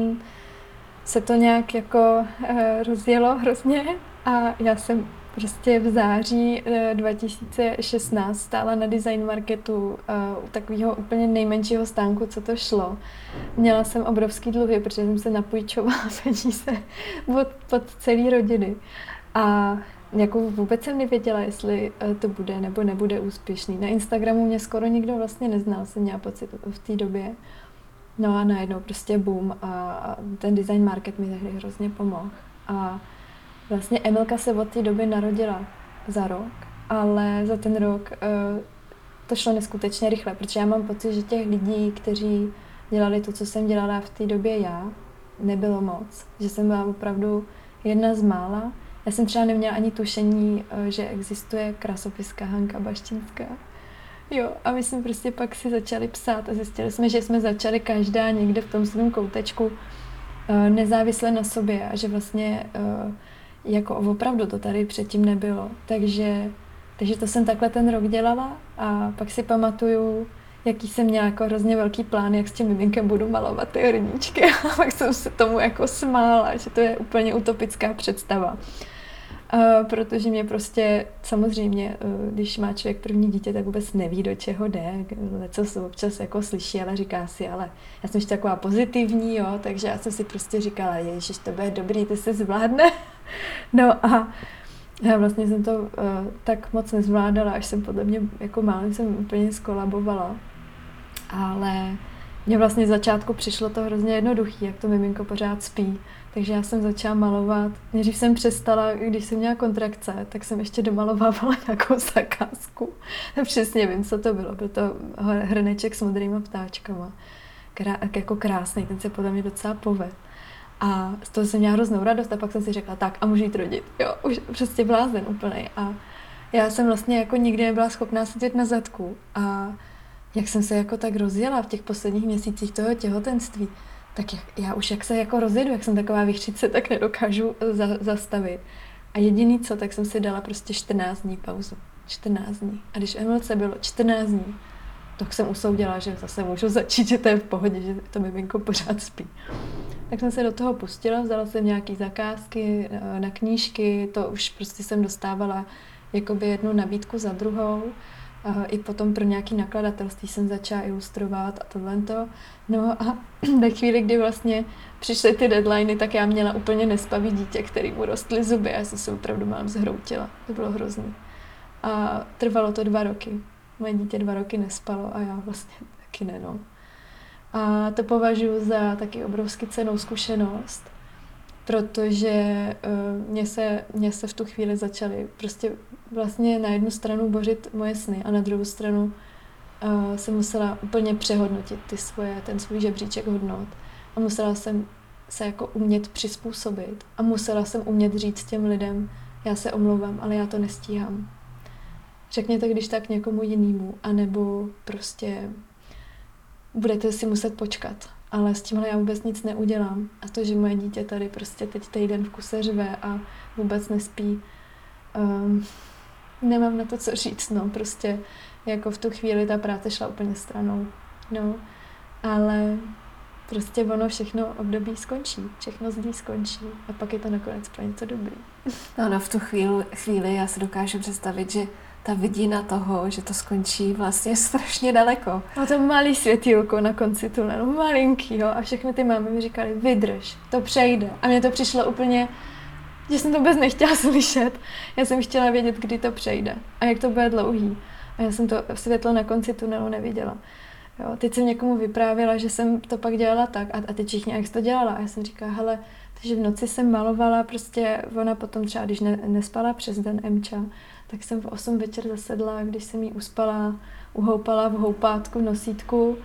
se to nějak jako eh, rozjelo hrozně a já jsem prostě v září dva tisíce šestnáct stála na design marketu uh, u takového úplně nejmenšího stánku, co to šlo. Měla jsem obrovský dluhy, protože jsem se napůjčovala peníze od, od celé rodiny. A jako vůbec jsem nevěděla, jestli to bude nebo nebude úspěšný. Na Instagramu mě skoro nikdo vlastně neznal, jsem měla pocit v té době. No a najednou prostě boom a ten design market mi tehdy hrozně pomohl. A vlastně Emilka se od té doby narodila za rok, ale za ten rok uh, to šlo neskutečně rychle, protože já mám pocit, že těch lidí, kteří dělali to, co jsem dělala v té době já, nebylo moc. Že jsem byla opravdu jedna z mála. Já jsem třeba neměla ani tušení, uh, že existuje krasopiska Hanka Baštínská. Jo, a my jsme prostě pak si začali psát a zjistili jsme, že jsme začali každá někde v tom svém koutečku uh, nezávisle na sobě a že vlastně uh, jako opravdu to tady předtím nebylo. Takže, takže to jsem takhle ten rok dělala a pak si pamatuju, jaký jsem měla jako hrozně velký plán, jak s tím miminkem budu malovat ty hrníčky a pak jsem se tomu jako smála, že to je úplně utopická představa. Uh, protože mě prostě, samozřejmě, uh, když má člověk první dítě, tak vůbec neví, do čeho jde, co se občas jako slyší, ale říká si, ale já jsem ještě taková pozitivní, jo, takže já jsem si prostě říkala, ježiš, to bude dobrý, to se zvládne. No a já vlastně jsem to uh, tak moc nezvládala, až jsem podle mě jako málem jsem úplně skolabovala. Ale mně vlastně z začátku přišlo to hrozně jednoduchý, jak to miminko pořád spí. Takže já jsem začala malovat. Nejdřív jsem přestala, když jsem měla kontrakce, tak jsem ještě domalovávala nějakou zakázku. Přesně vím, co to bylo. Byl to hrneček s modrýma ptáčkama. Krá, jako krásný, ten se podle mě docela povedl. A z toho jsem měla hroznou radost a pak jsem si řekla, tak a můžu jít rodit. Jo, už prostě blázen úplnej. A já jsem vlastně jako nikdy nebyla schopná sedět na zadku. A jak jsem se jako tak rozjela v těch posledních měsících toho těhotenství, tak já už jak se jako rozjedu, jak jsem taková výchřice, tak nedokážu za, zastavit. A jediný co, tak jsem si dala prostě čtrnáct dní pauzu. čtrnáct dní. A když Emilce bylo čtrnáct dní, tak jsem usoudila, že zase můžu začít, že to je v pohodě, že to miminko pořád spí. Tak jsem se do toho pustila, vzala jsem nějaký zakázky na knížky, to už prostě jsem dostávala jakoby jednu nabídku za druhou. I potom pro nějaký nakladatelství jsem začala ilustrovat a tohle. No a ve chvíli, kdy vlastně přišly ty deadliny, tak já měla úplně nespavý dítě, který mu rostly zuby a já jsem se opravdu málem zhroutila. To bylo hrozný. A trvalo to dva roky. Moje dítě dva roky nespalo a já vlastně taky ne, no. A to považuji za taky obrovsky cennou zkušenost, protože uh, mě, se, mě se v tu chvíli začaly prostě vlastně na jednu stranu bořit moje sny a na druhou stranu uh, jsem musela úplně přehodnotit ty svoje, ten svůj žebříček hodnot a musela jsem se jako umět přizpůsobit a musela jsem umět říct těm lidem, já se omlouvám, ale já to nestíhám. Řekněte když tak někomu jinému, anebo prostě budete si muset počkat. Ale s tímhle já vůbec nic neudělám. A to, že moje dítě tady prostě teď týden v kuse řve a vůbec nespí, um, nemám na to co říct, no. Prostě jako v tu chvíli ta práce šla úplně stranou. No, ale prostě ono všechno období skončí. Všechno zlý skončí. A pak je to nakonec pro něco dobrý. No, no v tu chvíli, chvíli já si dokážu představit, že ta vidina toho, že to skončí vlastně strašně daleko. A to malý světýlko na konci tunelu, malinký, jo, a všechny ty mámy mi říkali, vydrž, to přejde. A mně to přišlo úplně, že jsem to vůbec nechtěla slyšet. Já jsem chtěla vědět, kdy to přejde a jak to bude dlouhý. A já jsem to světlo na konci tunelu neviděla. Jo, teď jsem někomu vyprávěla, že jsem to pak dělala tak a, a teď všichni, jak jsi to dělala. A já jsem říkala, hele, takže v noci jsem malovala, prostě ona potom třeba, když ne, nespala přes den Emča, tak jsem v osm večer zasedla, když jsem jí uspala, uhoupala v houpátku, v nosítku,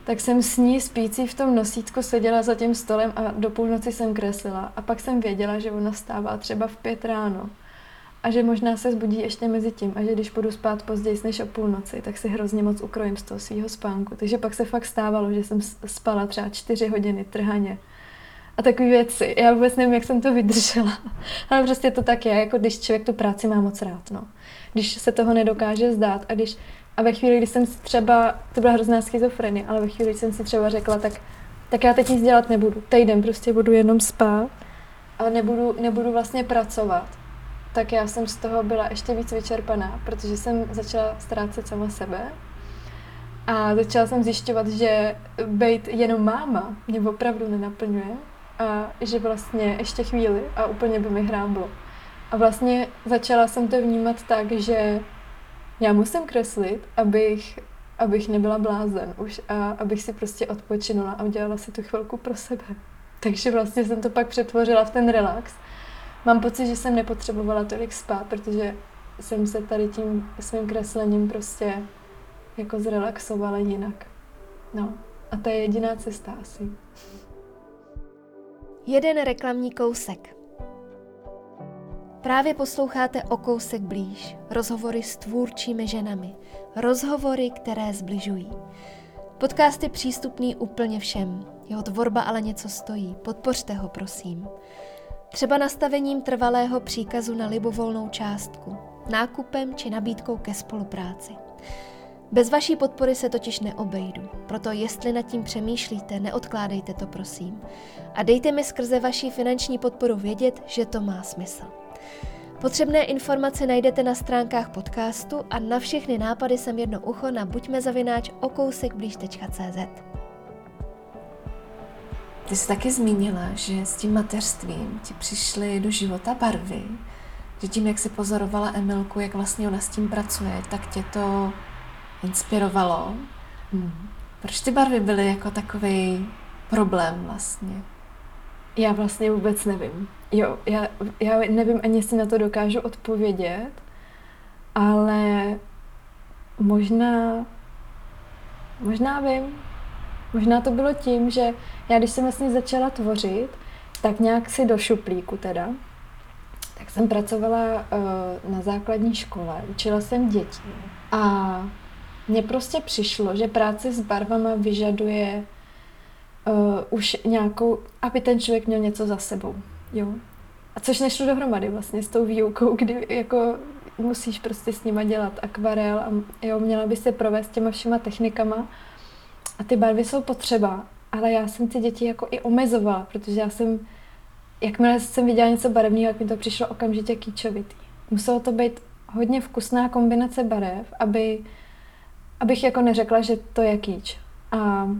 tak jsem s ní spící v tom nosítku seděla za tím stolem a do půlnoci jsem kreslila. A pak jsem věděla, že ona stává třeba v pět ráno. A že možná se zbudí ještě mezi tím a že když půjdu spát později než o půlnoci, tak si hrozně moc ukrojím z toho svýho spánku. Takže pak se fakt stávalo, že jsem spala třeba čtyři hodiny trhaně. A takové věci. Já vůbec nevím, jak jsem to vydržela. Ale prostě to tak je, jako když člověk tu práci má moc rád. No. Když se toho nedokáže zdát a když a ve chvíli, kdy jsem si třeba, to byla hrozná schizofrenie, ale ve chvíli, kdy jsem si třeba řekla, tak, tak já teď nic dělat nebudu. Týden prostě budu jenom spát a nebudu, nebudu vlastně pracovat. Tak já jsem z toho byla ještě víc vyčerpaná, protože jsem začala ztrácet sama sebe a začala jsem zjišťovat, že být jenom máma mě opravdu nenaplňuje a že vlastně ještě chvíli a úplně by mi hráblo. A vlastně začala jsem to vnímat tak, že já musím kreslit, abych, abych nebyla blázen už a abych si prostě odpočinula a udělala si tu chvilku pro sebe. Takže vlastně jsem to pak přetvořila v ten relax. Mám pocit, že jsem nepotřebovala tolik spát, protože jsem se tady tím svým kreslením prostě jako zrelaxovala jinak. No a to je jediná cesta asi. Jeden reklamní kousek. Právě posloucháte O kousek blíž. Rozhovory s tvůrčími ženami. Rozhovory, které zbližují. Podcast je přístupný úplně všem. Jeho tvorba ale něco stojí. Podpořte ho, prosím. Třeba nastavením trvalého příkazu na libovolnou částku, nákupem či nabídkou ke spolupráci. Bez vaší podpory se totiž neobejdu, proto jestli nad tím přemýšlíte, neodkládejte to prosím. A dejte mi skrze vaší finanční podporu vědět, že to má smysl. Potřebné informace najdete na stránkách podcastu a na všechny nápady jsem jedno ucho na buďme zavináč okousekblíž tečka cé zet. Ty jsi taky zmínila, že s tím mateřstvím ti přišly do života barvy, že tím, jak jsi pozorovala Emilku, jak vlastně ona s tím pracuje, tak tě to inspirovalo. Hmm. Proč ty barvy byly jako takový problém vlastně? Já vlastně vůbec nevím. Jo, já, já nevím ani, jestli na to dokážu odpovědět, ale možná, možná vím. Možná to bylo tím, že já když jsem vlastně začala tvořit, tak nějak si do šuplíku teda, tak jsem pracovala uh, na základní škole, učila jsem děti a mně prostě přišlo, že práce s barvama vyžaduje uh, už nějakou, aby ten člověk měl něco za sebou, jo. A což nešlo dohromady vlastně s tou výukou, kdy jako musíš prostě s nima dělat akvarel a jo, měla by se provést těma všema technikama. A ty barvy jsou potřeba, ale já jsem ty děti jako i omezovala, protože já jsem, jakmile jsem viděla něco barevného, jak mi to přišlo okamžitě kýčovitý. Muselo to být hodně vkusná kombinace barev, aby, abych jako neřekla, že to je kýč. A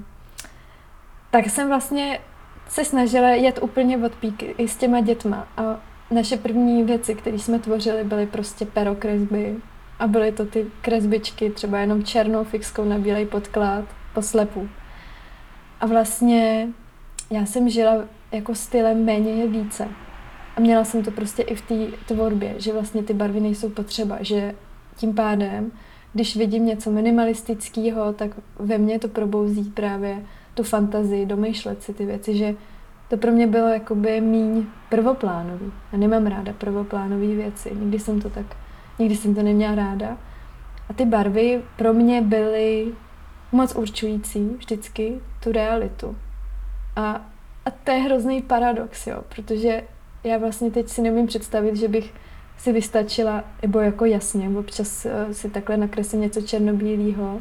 tak jsem vlastně se snažila jet úplně od píky i s těma dětma. A naše první věci, které jsme tvořili, byly prostě perokresby. A byly to ty kresbičky, třeba jenom černou fixkou na bílej podklad, poslepu. A vlastně já jsem žila jako stylem méně je více. A měla jsem to prostě i v té tvorbě, že vlastně ty barvy nejsou potřeba, že tím pádem, když vidím něco minimalistického, tak ve mně to probouzí právě tu fantazii, domýšlet si ty věci, že to pro mě bylo jakoby míň prvoplánový. Já nemám ráda prvoplánové věci, nikdy jsem to tak, nikdy jsem to neměla ráda. A ty barvy pro mě byly moc určující vždycky tu realitu. A, a to je hrozný paradox, jo, protože já vlastně teď si nemůžu představit, že bych si vystačila, nebo jako jasně, občas uh, si takhle nakreslím něco černobílého,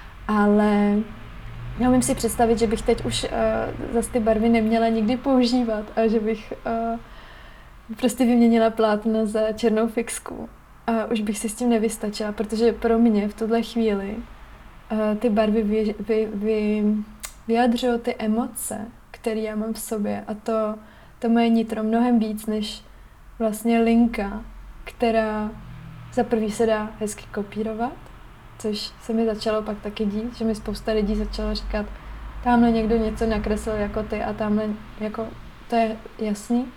ale já umím si představit, že bych teď už uh, zase ty barvy neměla nikdy používat a že bych uh, prostě vyměnila plátno za černou fixku. A už bych si s tím nevystačila, protože pro mě v tuhle chvíli uh, ty barvy vy, vy, vy, vyjadřují ty emoce, které já mám v sobě. A to, to moje nitro mnohem víc než vlastně linka, která za prvý se dá hezky kopírovat, což se mi začalo pak taky dít, že mi spousta lidí začalo říkat, tamhle někdo něco nakreslil jako ty a tamhle jako, to je jasný.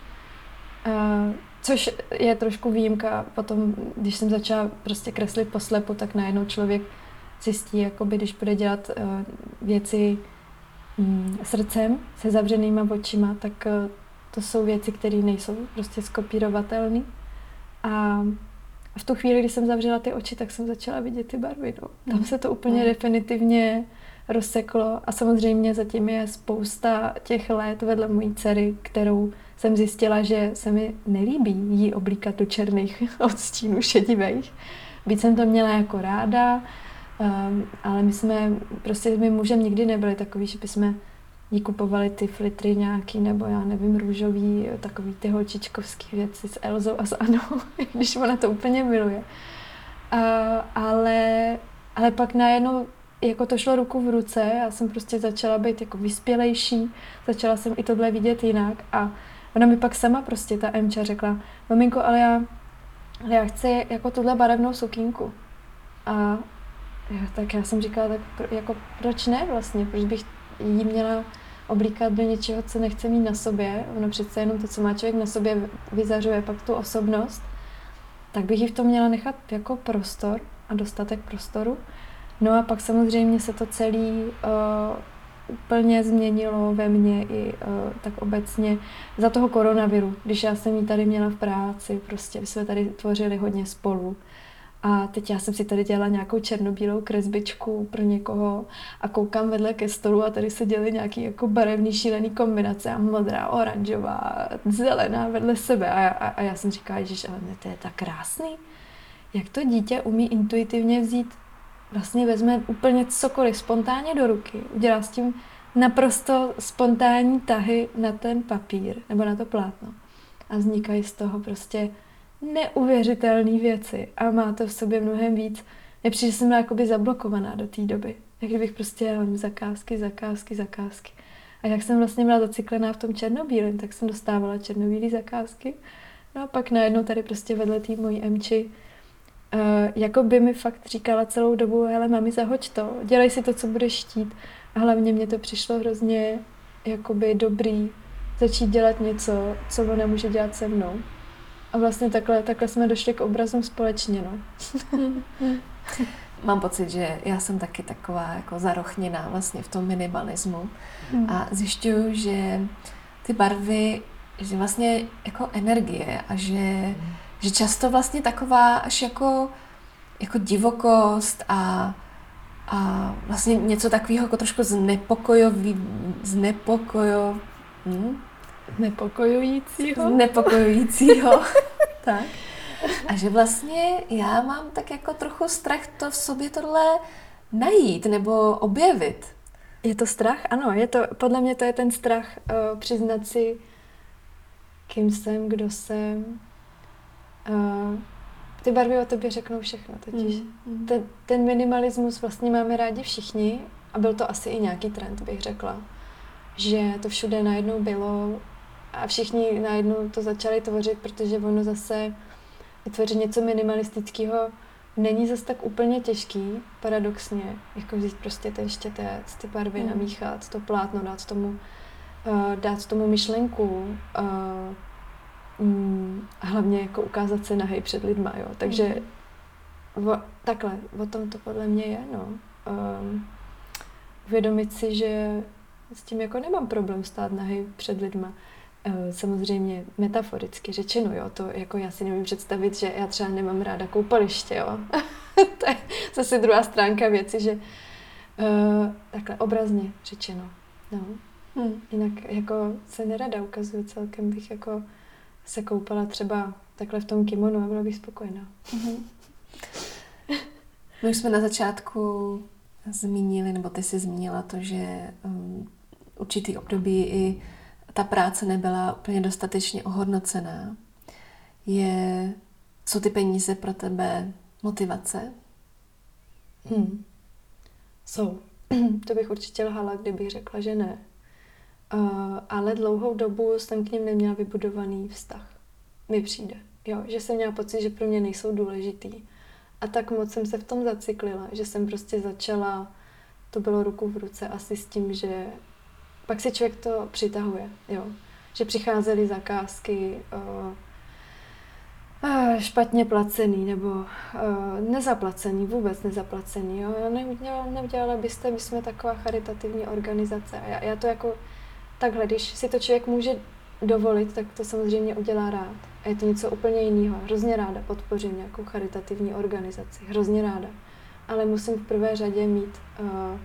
Uh, což je trošku výjimka potom, když jsem začala prostě kreslit poslepu, tak najednou člověk zjistí, jakoby, když bude dělat uh, věci mm, srdcem, se zavřenýma očima, tak uh, to jsou věci, které nejsou prostě skopírovatelné. A v tu chvíli, kdy jsem zavřela ty oči, tak jsem začala vidět ty barvy. No. Tam se to úplně mm. definitivně rozseklo a samozřejmě zatím je spousta těch let vedle mojí dcery, kterou jsem zjistila, že se mi nelíbí jí oblíkat do černých odstínů šedivých. Byť jsem to měla jako ráda, um, ale my jsme prostě s mým mužem nikdy nebyli takový, že bychom jí kupovali ty flitry nějaký, nebo já nevím, růžový, takový ty holčičkovský věci s Elzou a s Anou, když ona to úplně miluje. Uh, ale, ale pak najednou jako to šlo ruku v ruce, já jsem prostě začala být jako vyspělejší, začala jsem i tohle vidět jinak a ona mi pak sama prostě, ta Emča, řekla, maminko, ale já, ale já chci jako tuhle barevnou sukínku. A já, tak já jsem říkala, tak pro, jako proč ne vlastně, proč bych jí měla oblíkat do něčeho, co nechce mít na sobě, ono přece jenom to, co má člověk na sobě, vyzařuje pak tu osobnost, tak bych jí v tom měla nechat jako prostor a dostatek prostoru. No a pak samozřejmě se to celé uh, úplně změnilo ve mně i uh, tak obecně za toho koronaviru, když já jsem ji tady měla v práci, prostě jsme tady tvořili hodně spolu. A teď já jsem si tady dělala nějakou černobílou kresbičku pro někoho a koukám vedle ke stolu a tady se děly nějaký jako barevný šílený kombinace a modrá, oranžová, zelená vedle sebe a, a, a já jsem říkala, ježiš, ale to je tak krásný. Jak to dítě umí intuitivně vzít, vlastně vezme úplně cokoliv spontánně do ruky, udělá s tím naprosto spontánní tahy na ten papír nebo na to plátno a vznikají z toho prostě neuvěřitelné věci a má to v sobě mnohem víc. Nepřijde, že jsem byla jakoby zablokovaná do té doby. Jak kdybych prostě jela zakázky, zakázky, zakázky. A jak jsem vlastně byla zacyklená v tom černobílém, tak jsem dostávala černobílé zakázky. No a pak najednou tady prostě vedle té mojí Emči uh, jako by mi fakt říkala celou dobu, hele mami, zahoď to, dělej si to, co budeš chtít. A hlavně mně to přišlo hrozně jakoby dobrý začít dělat něco, co ona může dělat se mnou. A vlastně takhle, takhle jsme došli k obrazům společně, no. Mám pocit, že já jsem taky taková jako zarochněná vlastně v tom minimalismu hmm. a zjišťuju, že ty barvy, že vlastně jako energie a že, hmm. že často vlastně taková až jako, jako divokost a, a vlastně něco takového jako trošku znepokojový, znepokojov, hm? Nepokojujícího. Nepokojujícího. Tak. A že vlastně já mám tak jako trochu strach to v sobě tohle najít nebo objevit. Je to strach? Ano, je to, podle mě to je ten strach uh, přiznat si, kým jsem, kdo jsem. Uh, ty barvy o tobě řeknou všechno totiž. Mm. Ten, ten minimalismus vlastně máme rádi všichni a byl to asi i nějaký trend, bych řekla. Že to všude najednou bylo a všichni najednou to začali tvořit, protože ono zase vytvořit něco minimalistického není zase tak úplně těžký, paradoxně, jako vzít prostě ten štětec, ty barvy, mm. namíchat, to plátno, dát tomu, uh, dát tomu myšlenku uh, um, a hlavně jako ukázat se nahej před lidma, jo. Takže mm. o, takhle, o tom to podle mě je, no. Um, uvědomit si, že s tím jako nemám problém stát nahej před lidma. Samozřejmě metaforicky řečeno, jo, to jako já si nemůžu představit, že já třeba nemám ráda koupaliště, jo. To je zase druhá stránka věci, že uh, takhle obrazně řečeno, no. Hmm. Jinak jako se nerada ukazuju celkem, bych jako se koupala třeba takhle v tom kimonu a byla bych spokojená. Mm-hmm. My už jsme na začátku zmínili, nebo ty jsi zmínila to, že um, určitý období i ta práce nebyla úplně dostatečně ohodnocená. Je, jsou ty peníze pro tebe motivace? Hmm. Jsou. To bych určitě lhala, kdybych řekla, že ne. Uh, ale dlouhou dobu jsem k nim neměla vybudovaný vztah. Mi přijde. Jo, že jsem měla pocit, že pro mě nejsou důležitý. A tak moc jsem se v tom zacyklila, že jsem prostě začala, to bylo ruku v ruce asi s tím, že pak si člověk to přitahuje, jo. Že přicházely zakázky, uh, špatně placený nebo uh, nezaplacený, vůbec nezaplacený. Jo? Neudělala, neudělala byste, my jsme taková charitativní organizace. A já, já to jako takhle, když si to člověk může dovolit, tak to samozřejmě udělá rád. A je to něco úplně jiného. Hrozně ráda podpořím nějakou charitativní organizaci. Hrozně ráda. Ale musím v prvé řadě mít uh,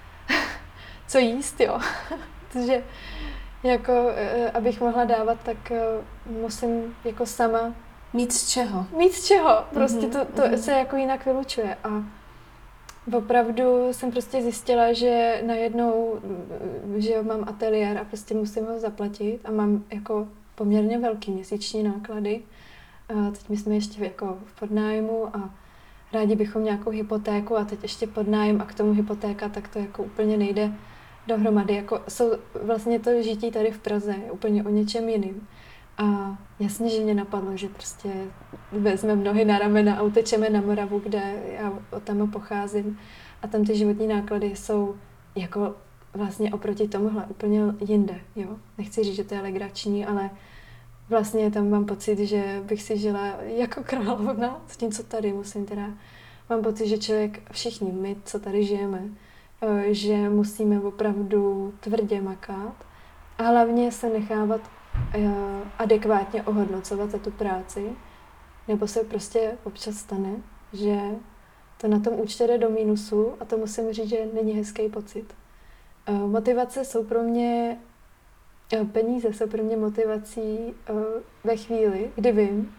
co jíst, jo. Protože jako, uh, abych mohla dávat, tak uh, musím jako sama mít z čeho. Mít z čeho. Prostě mm-hmm. to, to mm-hmm. se jako jinak vylučuje. A opravdu jsem prostě zjistila, že najednou, že jo, mám ateliér a prostě musím ho zaplatit a mám jako poměrně velký měsíční náklady. A teď my jsme ještě jako v podnájmu a rádi bychom nějakou hypotéku a teď ještě podnájem a k tomu hypotéka, tak to jako úplně nejde dohromady. Jako jsou vlastně to žití tady v Praze je úplně o něčem jiným. A jasně, že mě napadlo, že prostě vezmeme nohy na ramena a utečeme na Moravu, kde já tam pocházím. A tam ty životní náklady jsou jako vlastně oproti tomuhle úplně jinde. Jo? Nechci říct, že to je legrační, ale vlastně tam mám pocit, že bych si žila jako královna, s tím, co tady musím teda. Mám pocit, že člověk, všichni my, co tady žijeme, že musíme opravdu tvrdě makat a hlavně se nechávat adekvátně ohodnocovat za tu práci, nebo se prostě občas stane, že to na tom účtě jde do mínusu a to musím říct, že není hezký pocit. Motivace jsou pro mě, peníze jsou pro mě motivací ve chvíli, kdy vím,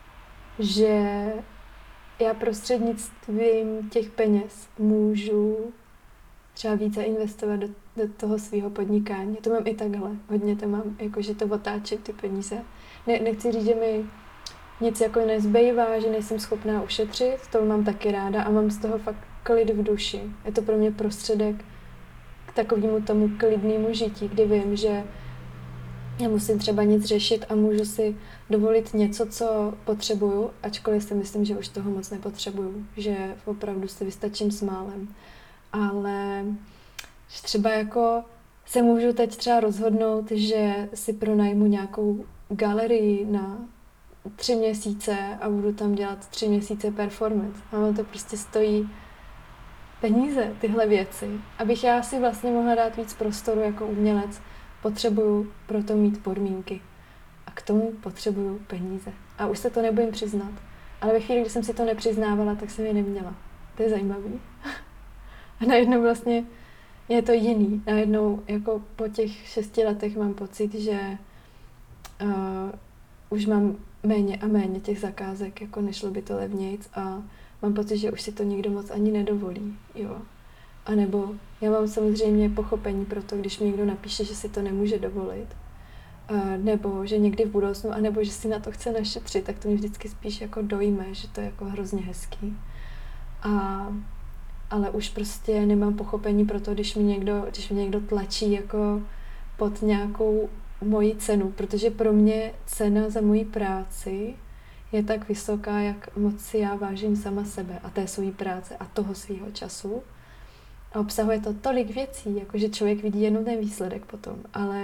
že já prostřednictvím těch peněz můžu třeba více investovat do, do toho svého podnikání. To mám i takhle. Hodně to mám, jakože to otáčím ty peníze. Ne, nechci říct, že mi nic jako nezbývá, že nejsem schopná ušetřit, to mám taky ráda a mám z toho fakt klid v duši. Je to pro mě prostředek k takovému tomu klidnému žití, kdy vím, že nemusím třeba nic řešit a můžu si dovolit něco, co potřebuju, ačkoliv si myslím, že už toho moc nepotřebuju, že opravdu si vystačím s málem. Ale třeba jako se můžu teď třeba rozhodnout, že si pronajmu nějakou galerii na tři měsíce a budu tam dělat tři měsíce performance. A ono to prostě stojí peníze, tyhle věci. Abych já si vlastně mohla dát víc prostoru jako umělec, potřebuju proto mít podmínky. A k tomu potřebuju peníze. A už se to nebojím přiznat. Ale ve chvíli, kdy jsem si to nepřiznávala, tak jsem je neměla. To je zajímavý. A najednou vlastně je to jiný. Najednou jako po těch šesti letech mám pocit, že uh, už mám méně a méně těch zakázek, jako nešlo by to levnějc a mám pocit, že už si to nikdo moc ani nedovolí. Jo. A nebo já mám samozřejmě pochopení pro to, když mi někdo napíše, že si to nemůže dovolit. Uh, nebo že někdy v budoucnu, anebo že si na to chce našetřit, tak to mě vždycky spíš jako dojme, že to je jako hrozně hezký. A ale už prostě nemám pochopení pro to, když mi někdo, když mě někdo tlačí jako pod nějakou moji cenu, protože pro mě cena za moji práci je tak vysoká, jak moc si já vážím sama sebe a té svojí práce a toho svýho času. A obsahuje to tolik věcí, jakože člověk vidí jenom ten výsledek potom, ale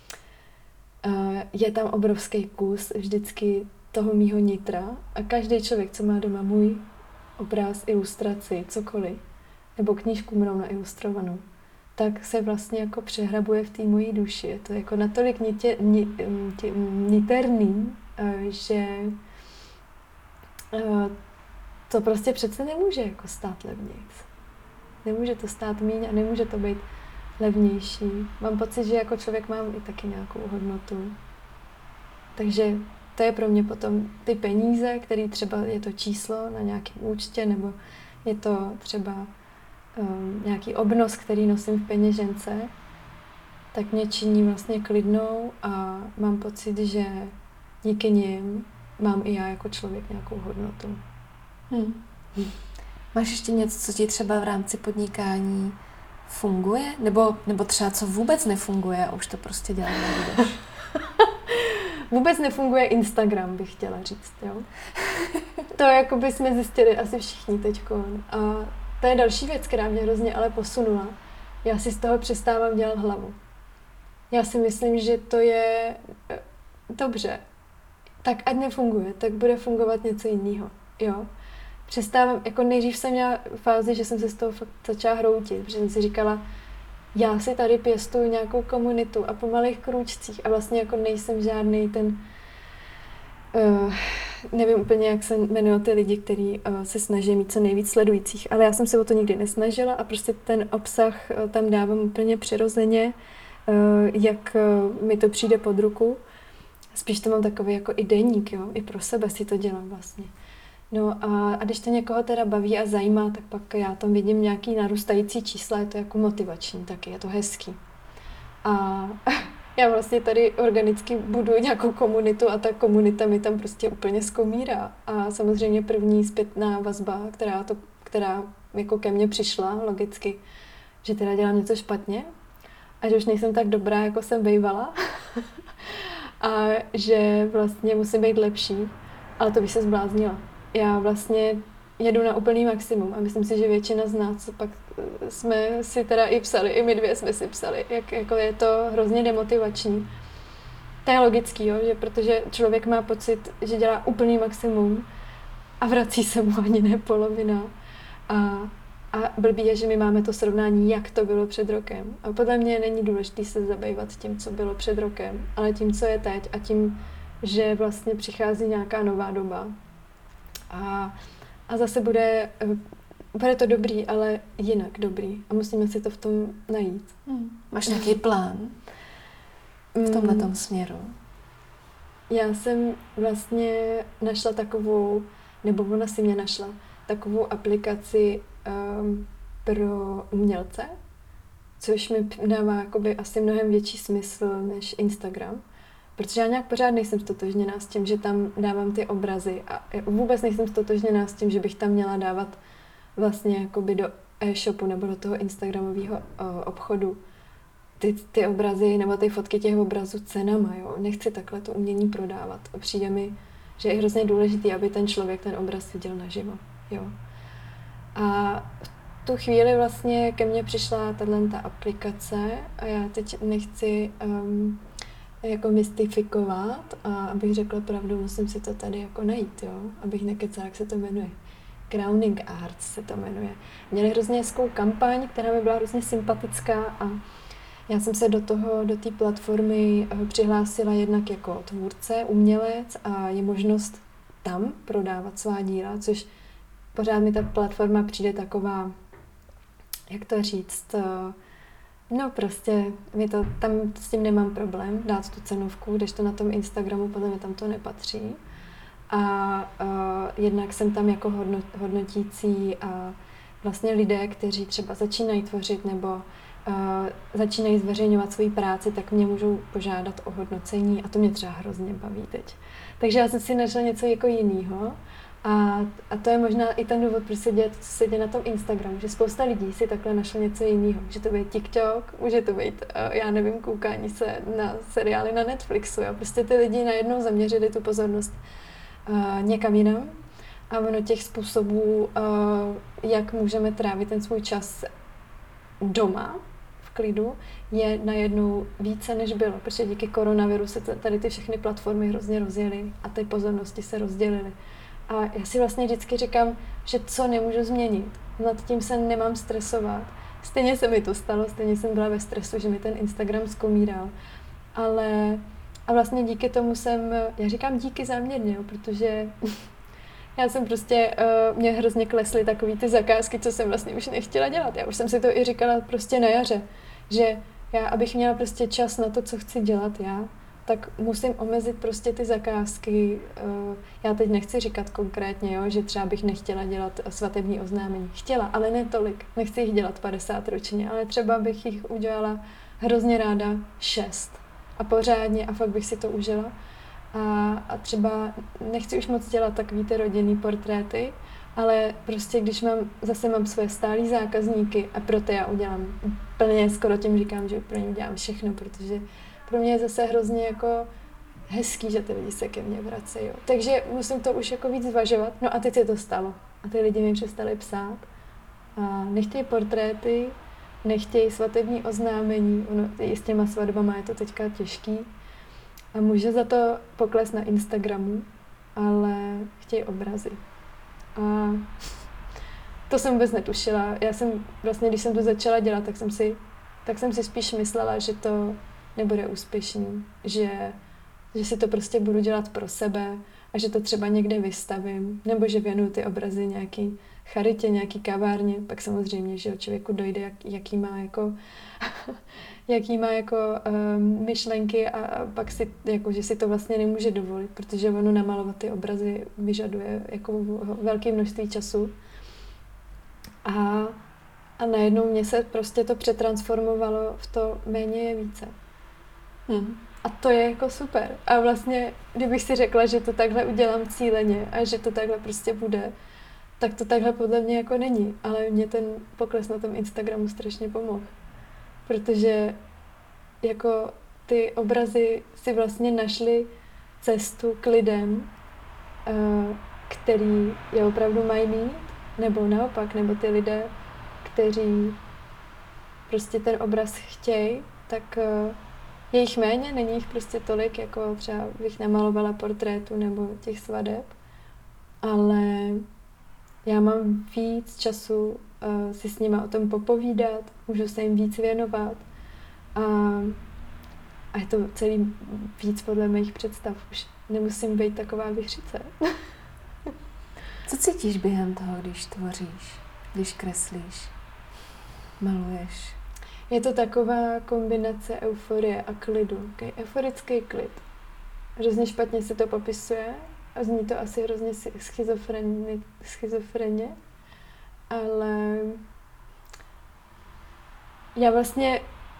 uh, je tam obrovský kus vždycky toho mýho nitra a každý člověk, co má doma můj obraz, ilustraci, cokoliv, nebo knížku mnou nailustrovanou, tak se vlastně jako přehrabuje v té mojí duši. Je to jako natolik nitě, nitě, niterný, že to prostě přece nemůže jako stát levnějc. Nemůže to stát míň a nemůže to být levnější. Mám pocit, že jako člověk mám i taky nějakou hodnotu. Takže to je pro mě potom ty peníze, které třeba je to číslo na nějakém účtě, nebo je to třeba um, nějaký obnos, který nosím v peněžence, tak mě činí vlastně klidnou a mám pocit, že díky nim mám i já jako člověk nějakou hodnotu. Hmm. Hmm. Máš ještě něco, co ti třeba v rámci podnikání funguje? Nebo, nebo třeba co vůbec nefunguje a už to prostě dělat nebudeš? Vůbec nefunguje Instagram, bych chtěla říct, jo. To jako by jsme zjistili asi všichni teďko. A to je další věc, která mě hrozně ale posunula. Já si z toho přestávám dělat hlavu. Já si myslím, že to je dobře. tak ať nefunguje, tak bude fungovat něco jiného, jo. Přestávám, jako nejdřív jsem měla fázi, že jsem se z toho fakt začala hroutit, protože jsem si říkala, já si tady pěstuju nějakou komunitu a po malých krůčcích a vlastně jako nejsem žádný ten, uh, nevím úplně, jak se jmenují ty lidi, kteří uh, se snaží mít co nejvíc sledujících, ale já jsem se o to nikdy nesnažila a prostě ten obsah uh, tam dávám úplně přirozeně, uh, jak uh, mi to přijde pod ruku. Spíš to mám takový jako i deník, jo, i pro sebe si to dělám vlastně. No a, a když to někoho teda baví a zajímá, tak pak já tam vidím nějaký narůstající čísla, je to jako motivační taky, je to hezký. A já vlastně tady organicky buduji nějakou komunitu a ta komunita mi tam prostě úplně skomírá. A samozřejmě první zpětná vazba, která, to, která jako ke mně přišla logicky, že teda dělám něco špatně a že už nejsem tak dobrá, jako jsem bývala. A že vlastně musím být lepší, ale to bych se zbláznila. Já vlastně jedu na úplný maximum a myslím si, že většina z nás, pak jsme si teda i psali, i my dvě jsme si psali, jak jako je to hrozně demotivační. To je logický, jo, že protože člověk má pocit, že dělá úplný maximum a vrací se mu ani ne polovina. A, a blbý je, že my máme to srovnání, jak to bylo před rokem. A podle mě není důležité se zabývat tím, co bylo před rokem, ale tím, co je teď a tím, že vlastně přichází nějaká nová doba. A, a zase bude, bude to dobrý, ale jinak dobrý. A musíme si to v tom najít. Hmm. Máš nějaký plán v tomhletom směru? Já jsem vlastně našla takovou, nebo ona si mě našla, takovou aplikaci um, pro umělce, což mi dává jakoby asi mnohem větší smysl než Instagram. Protože já nějak pořád nejsem stotožněná s tím, že tam dávám ty obrazy a vůbec nejsem stotožněná s tím, že bych tam měla dávat vlastně jakoby do e-shopu nebo do toho instagramového obchodu ty, ty obrazy nebo ty fotky těch obrazů cenama, jo. Nechci takhle to umění prodávat. A přijde mi, že je hrozně důležitý, aby ten člověk ten obraz viděl naživo, jo. A v tu chvíli vlastně ke mně přišla tato aplikace a já teď nechci um, jako mystifikovat a abych řekla pravdu, musím si to tady jako najít, jo, abych nekecala, jak se to jmenuje. Crowning Arts se to jmenuje. Měli hrozně hezkou kampaň, která mi byla hrozně sympatická a já jsem se do toho, do té platformy přihlásila jednak jako tvůrce, umělec a je možnost tam prodávat svá díla, což pořád mi ta platforma přijde taková, jak to říct, no prostě, mi to, tam s tím nemám problém dát tu cenovku, když to na tom Instagramu podle mě tam to nepatří. A uh, jednak jsem tam jako hodno, hodnotící a vlastně lidé, kteří třeba začínají tvořit nebo uh, začínají zveřejňovat svoji práci, tak mě můžou požádat o hodnocení a to mě třeba hrozně baví teď. Takže já jsem si našla něco jako jinýho. A, a to je možná i ten důvod, proč se děje to, co se děje na tom Instagramu, že spousta lidí si takhle našlo něco jiného. Může to být TikTok, může to být, já nevím, koukání se na seriály na Netflixu. Jo. Prostě ty lidi najednou zaměřili tu pozornost uh, někam jinam. A ono těch způsobů, uh, jak můžeme trávit ten svůj čas doma, v klidu, je najednou více, než bylo. Protože díky koronaviru se tady ty všechny platformy hrozně rozjely a ty pozornosti se rozdělily. A já si vlastně vždycky říkám, že co nemůžu změnit. Nad tím se nemám stresovat. Stejně se mi to stalo, stejně jsem byla ve stresu, že mi ten Instagram zkomíral. Ale a vlastně díky tomu jsem, já říkám díky záměrně, jo, protože já jsem prostě, uh, mě hrozně klesly takový ty zakázky, co jsem vlastně už nechtěla dělat. Já už jsem si to i říkala prostě na jaře, že já, abych měla prostě čas na to, co chci dělat já, tak musím omezit prostě ty zakázky. Já teď nechci říkat konkrétně, jo, že třeba bych nechtěla dělat svatební oznámení. Chtěla, ale ne tolik. Nechci jich dělat padesát ročně, ale třeba bych jich udělala hrozně ráda šest. A pořádně a fakt bych si to užila. A, a třeba nechci už moc dělat takový ty rodinný portréty, ale prostě když mám, zase mám své stálý zákazníky a proto já udělám plně, skoro tím říkám, že pro ně dělám všechno, protože pro mě je zase hrozně jako hezký, že ty lidi se ke mně vracejí. Takže musím to už jako víc zvažovat. No a teď se to stalo. A ty lidi mi přestali psát. A nechtějí portréty, nechtějí svatební oznámení. Ono, i s těma svatbama je to teďka těžký. A může za to pokles na Instagramu, ale chtějí obrazy. A to jsem vůbec netušila. Já jsem vlastně, když jsem to začala dělat, tak jsem si, tak jsem si spíš myslela, že to nebude úspěšný, že, že si to prostě budu dělat pro sebe a že to třeba někde vystavím, nebo že věnuju ty obrazy nějaký charitě, nějaký kavárně, pak samozřejmě, že člověku dojde, jak, jaký má jako, jaký má jako um, myšlenky a, a pak si, jako, že si to vlastně nemůže dovolit, protože ono namalovat ty obrazy vyžaduje jako velké množství času. A, a najednou mě se prostě to přetransformovalo v to méně je více. Hmm. A to je jako super. A vlastně, kdybych si řekla, že to takhle udělám cíleně a že to takhle prostě bude, tak to takhle podle mě jako není. Ale mě ten pokles na tom Instagramu strašně pomohl. Protože jako ty obrazy si vlastně našly cestu k lidem, který je opravdu mají mít, nebo naopak, nebo ty lidé, kteří prostě ten obraz chtějí, tak je jich méně, není jich prostě tolik, jako třeba bych namalovala portrétu nebo těch svadeb, ale já mám víc času uh, si s nima o tom popovídat, můžu se jim víc věnovat a, a je to celý víc podle mých představ. Už nemusím být taková vychřice. Co cítíš během toho, když tvoříš, když kreslíš, maluješ? Je to taková kombinace euforie a klidu. Takový euforický klid. Hrozně špatně se to popisuje a zní to asi hrozně schizofrenně, schizofrenně, ale já vlastně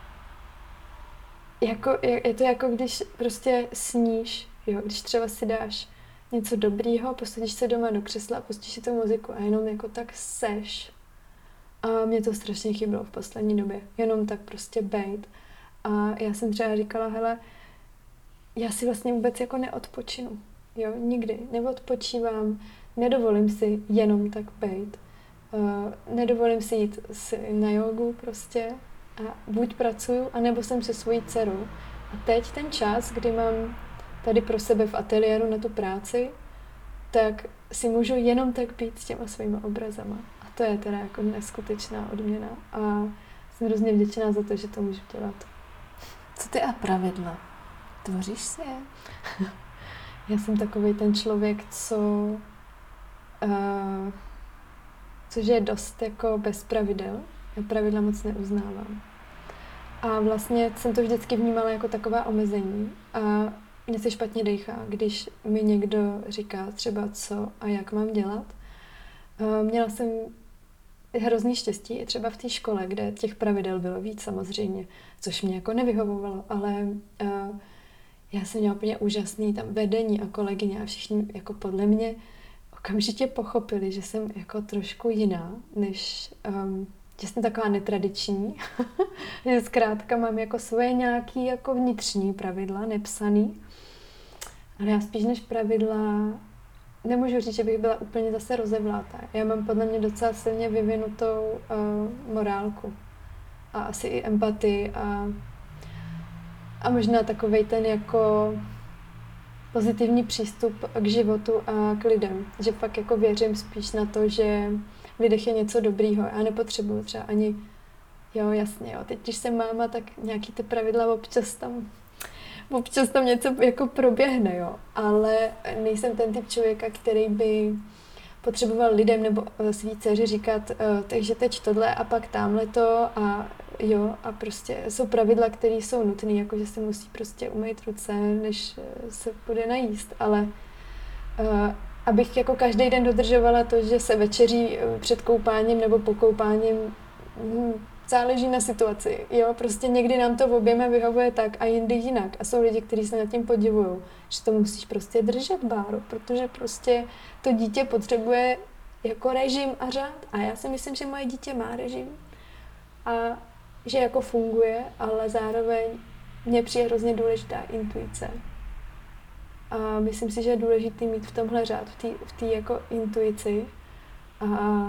jako, je to jako když prostě sníš, jo? Když třeba si dáš něco dobrýho, posadíš se doma do křesla a pustíš si tu muziku a jenom jako tak seš. A mě to strašně chybilo v poslední době. Jenom tak prostě bejt. A já jsem třeba říkala, hele, já si vlastně vůbec jako neodpočinu. Jo, nikdy. Neodpočívám, nedovolím si jenom tak bejt. Uh, nedovolím si jít na jogu prostě a buď pracuju, anebo jsem se svojí dcerou. A teď ten čas, kdy mám tady pro sebe v ateliéru na tu práci, tak si můžu jenom tak být s těma svýma obrazama. A to je teda jako neskutečná odměna. A jsem hrozně vděčná za to, že to můžu dělat. Co ty a pravidla? Tvoříš si je? Já jsem takový ten člověk, co... Uh, což je dost jako bez pravidel. Já pravidla moc neuznávám. A vlastně jsem to vždycky vnímala jako taková omezení. A mně se špatně dejchá, když mi někdo říká třeba co a jak mám dělat. Uh, měla jsem hrozný štěstí i třeba v té škole, kde těch pravidel bylo víc samozřejmě, což mě jako nevyhovovalo, ale uh, já jsem měla úplně úžasný tam vedení a kolegyně a všichni jako podle mě okamžitě pochopili, že jsem jako trošku jiná, než um, že jsem taková netradiční, že zkrátka mám jako svoje nějaký jako vnitřní pravidla, nepsaný, ale já spíš než pravidla nemůžu říct, že bych byla úplně zase rozevlátá. Já mám podle mě docela silně vyvinutou uh, morálku a asi i empatii a, a možná takovej ten jako pozitivní přístup k životu a k lidem. Že fakt jako věřím spíš na to, že v lidech je něco dobrýho. Já nepotřebuju třeba ani, jo jasně, jo, teď když jsem máma, tak nějaký ty pravidla občas tam Občas tam něco jako proběhne, jo. Ale nejsem ten typ člověka, který by potřeboval lidem nebo svý dceři říkat, uh, takže teď tohle a pak tamhle to a jo. A prostě jsou pravidla, které jsou nutné, jako že se musí prostě umýt ruce, než se bude najíst. Ale uh, abych jako každý den dodržovala to, že se večeří před koupáním nebo po koupáním hm, záleží na situaci, jo, prostě někdy nám to v oběma vyhovuje tak a jindy jinak. A jsou lidi, kteří se nad tím podivují, že to musíš prostě držet, Báro, protože prostě to dítě potřebuje jako režim a řád. A já si myslím, že moje dítě má režim a že jako funguje, ale zároveň mně přijde hrozně důležitá intuice. A myslím si, že je důležitý mít v tomhle řád, v té v té jako intuici. A